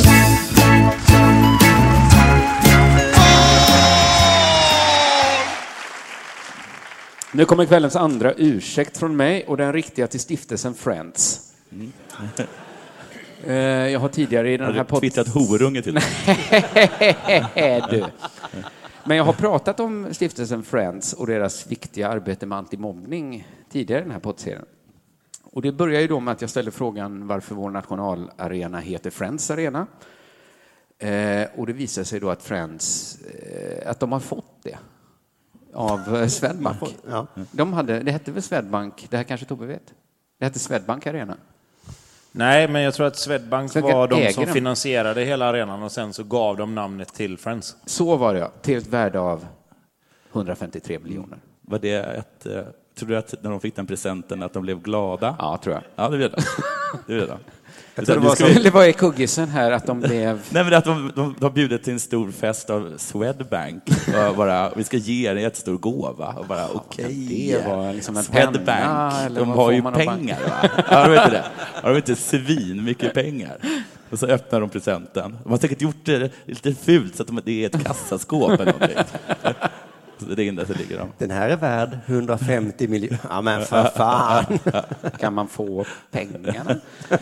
Nu kommer kvällens andra ursäkt från mig och den riktiga till stiftelsen Friends. Mm. Jag har tidigare i den har här podden... Har du twittrat horunge till Nej, du. Men jag har pratat om stiftelsen Friends och deras viktiga arbete med antimobbning tidigare i den här poddserien. Och det börjar ju då med att jag ställer frågan varför vår nationalarena heter Friends Arena. Eh, och det visar sig då att Friends, eh, att de har fått det av Swedbank. Ja. De hade, det hette väl Swedbank, det här kanske Tobbe vet. Det hette Swedbank Arena. Nej, men jag tror att Swedbank Swedbank var de som den. finansierade hela arenan och sen så gav de namnet till Friends. Så var det, ja. Till ett värde av hundrafemtiotre miljoner. Var det ett, eh, tror du att när de fick den presenten att de blev glada? Ja, tror jag. Ja, det vet jag. Det vet jag. Jag tror det, var så, det var i kuggisen här att de blev... Nej, men att de, de, de har bjudit till en stor fest av Swedbank. Och bara, vi ska ge er en jättestor gåva. Och bara, okej. Okay, det var liksom en Swedbank, penna, de har ju pengar. Va? Ja, de vet inte det. Ja, de vet inte svin, mycket pengar. Och så öppnar de presenten. De har säkert gjort det lite fult så att de, det är ett kassaskåp eller någonting. Det är där ligger de. Den här är värd hundrafemtio miljoner. Ja, men för fan. Kan man få pengarna?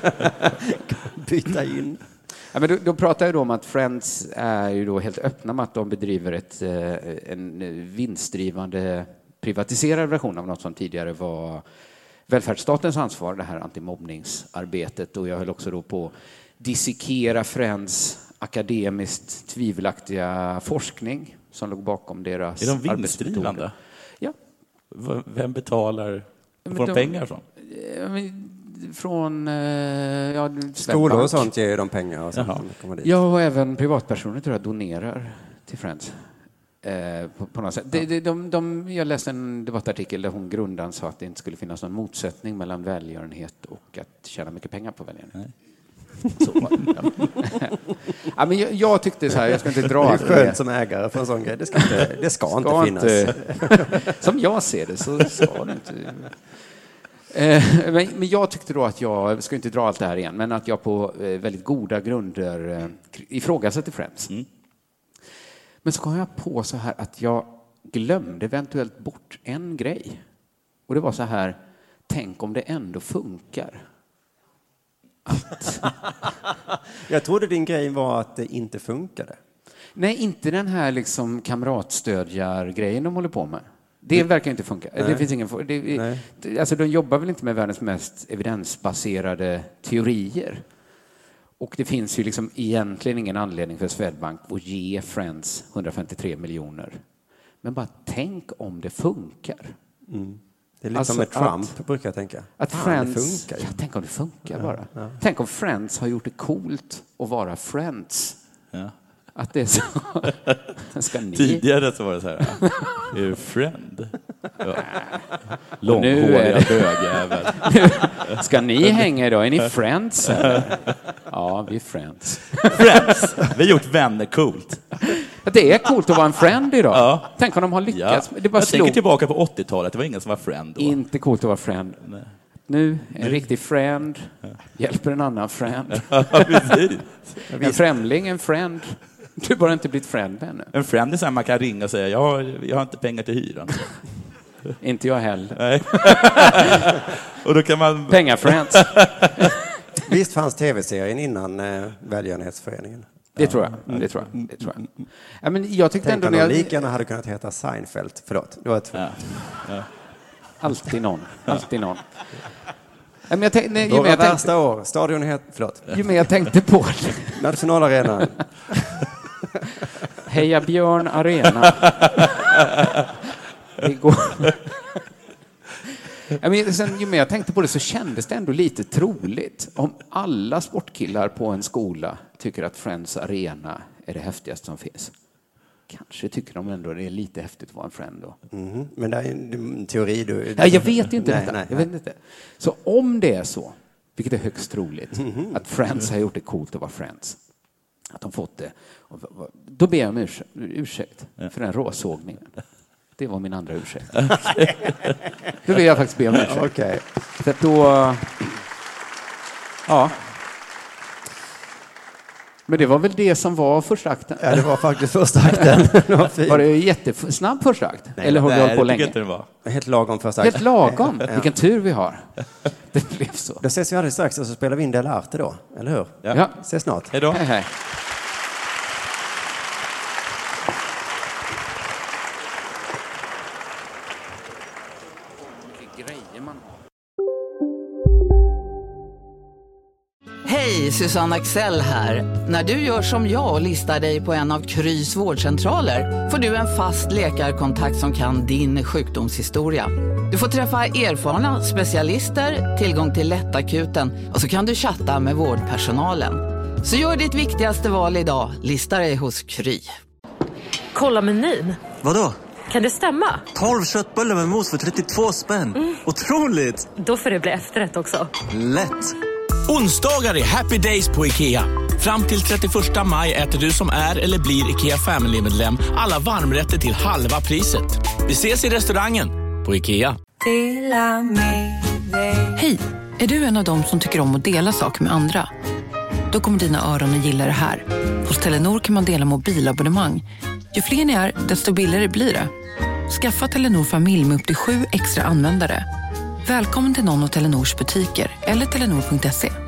Byta in. Ja, men då, då pratar jag då om att Friends är ju då helt öppna med att de bedriver ett, en vinstdrivande privatiserad version av något som tidigare var välfärdsstatens ansvar, det här antimobbningsarbetet. Och jag höll också då på att dissekera Friends akademiskt tvivelaktiga forskning som låg bakom deras arbetsmetoder. Är de vinstdrivande? Ja. Vem betalar? Får de pengar från? Från ja, skolor och sånt ger de pengar. Och sånt ja, och även privatpersoner tror jag donerar till Friends. Eh, på, på något sätt. De, de, de, de, jag läste en debattartikel där hon grundaren sa att det inte skulle finnas någon motsättning mellan välgörenhet och att tjäna mycket pengar på välgörenhet. Så, ja. Ja, men jag, jag tyckte så här, jag ska inte dra. Det är skönt som ägare för en sån grej. Det ska inte, det ska ska inte finnas. Inte, som jag ser det så ska det inte. Eh, men, men jag tyckte då att jag, jag ska inte dra allt det här igen, men att jag på eh, väldigt goda grunder eh, ifrågasätter Friends. Mm. Men så kom jag på så här att jag glömde eventuellt bort en grej. Och det var så här, tänk om det ändå funkar. Att... Jag trodde din grej var att det inte funkade. Nej, inte den här liksom kamratstödjar-grejen de håller på med. Det verkar inte funka. Nej. Det finns ingen, det, det, alltså de jobbar väl inte med världens mest evidensbaserade teorier. Och det finns ju liksom egentligen ingen anledning för Swedbank att ge Friends hundrafemtiotre miljoner. Men bara tänk om det funkar. Mm. Det är lite alltså som med Trump, att, brukar jag tänka. Att Fan, Friends, det funkar. ja, tänk om det funkar ja, bara. Ja. Tänk om Friends har gjort det coolt att vara Friends. Ja. Att det är så. Ska ni... Tidigare så var det så här. Är du friend? Ja. Långhåriga bögjävel. Ska ni hänga idag? Är ni friends? Eller? Ja, vi är friends. Friends. Vi har gjort vänner coolt. Det är coolt att vara en friend idag. Ja. Tänk om de har lyckats. Ja. Det bara Jag slog. tänker tillbaka på åttiotalet. Det var ingen som var friend då. Inte coolt att vara friend. Nej. Nu, en nu. riktig friend hjälper en annan friend. Ja, precis. En främling, en friend. Du har bara inte blivit friend ännu. En friend är så här, man kan ringa och säga jag har, jag har inte pengar till hyran. Inte jag heller. Nej. Och då kan man... Pengar-friends. Visst fanns tv-serien innan eh, Välgörenhetsföreningen? Det tror jag. Ja, det tror jag. Det tror jag. Ja, men jag tyckte Tänk ändå om när jag... lika gärna hade kunnat heta Seinfeld. Förlåt, det var ett... Ja. Ja. Alltid någon. Alltid någon. Ja, men jag tänk, nej, ju Våra mer jag värsta tänkte, år. Stadion het... Förlåt. ju mer jag tänkte på det. Nationalarenan. Heja Björn Arena. Det går... Ja, men sen, ju mer jag tänkte på det så kändes det ändå lite troligt. Om alla sportkillar på en skola tycker att Friends Arena är det häftigaste som finns. Kanske tycker de ändå det är lite häftigt att vara en friend då. Mm. Men det är en teori du... Ja, jag vet inte nej, detta. nej, jag nej. vet inte. Så om det är så, vilket är högst troligt, mm-hmm. att Friends har gjort det coolt att vara Friends. Att de fått det. Då ber jag om ursäkt, ursäkt för den råsågningen. Det var min andra ursäkt. Då vill jag faktiskt be om ursäkt. Okay. För att då... Ja. Men det var väl det som var första akten? Ja, det var faktiskt första akten. Det var, fint. Var det jättesnabb första akt? Nej, eller har du hållit på länge? Det var. Helt lagom första akten. Helt lagom? Ja. Vilken tur vi har. Det blev så. Då ses vi alldeles strax och så spelar vi in Della Arte då. Eller hur? Ja. ja. Ses snart. Hej då. Hej, hej. Hej, Susanne Axel här. När du gör som jag och listar dig på en av Krys vårdcentraler får du en fast läkarkontakt som kan din sjukdomshistoria. Du får träffa erfarna specialister, tillgång till lättakuten och så kan du chatta med vårdpersonalen. Så gör ditt viktigaste val idag, lista dig hos Kry. Kolla menyn. Vadå? Kan det stämma? tolv köttbullar med mos för trettiotvå spänn. Mm. Otroligt! Då får det bli efterrätt också. Lätt! Onsdagar är happy days på IKEA. Fram till trettioförsta maj äter du som är eller blir IKEA Family-medlem alla varmrätter till halva priset. Vi ses i restaurangen på IKEA. Hej, är du en av dem som tycker om att dela saker med andra? Då kommer dina öron att gilla det här. Hos Telenor kan man dela mobilabonnemang. Ju fler ni är, desto billigare blir det. Skaffa Telenor familj med upp till sju extra användare. Välkommen till någon av Telenors butiker eller telenor punkt se.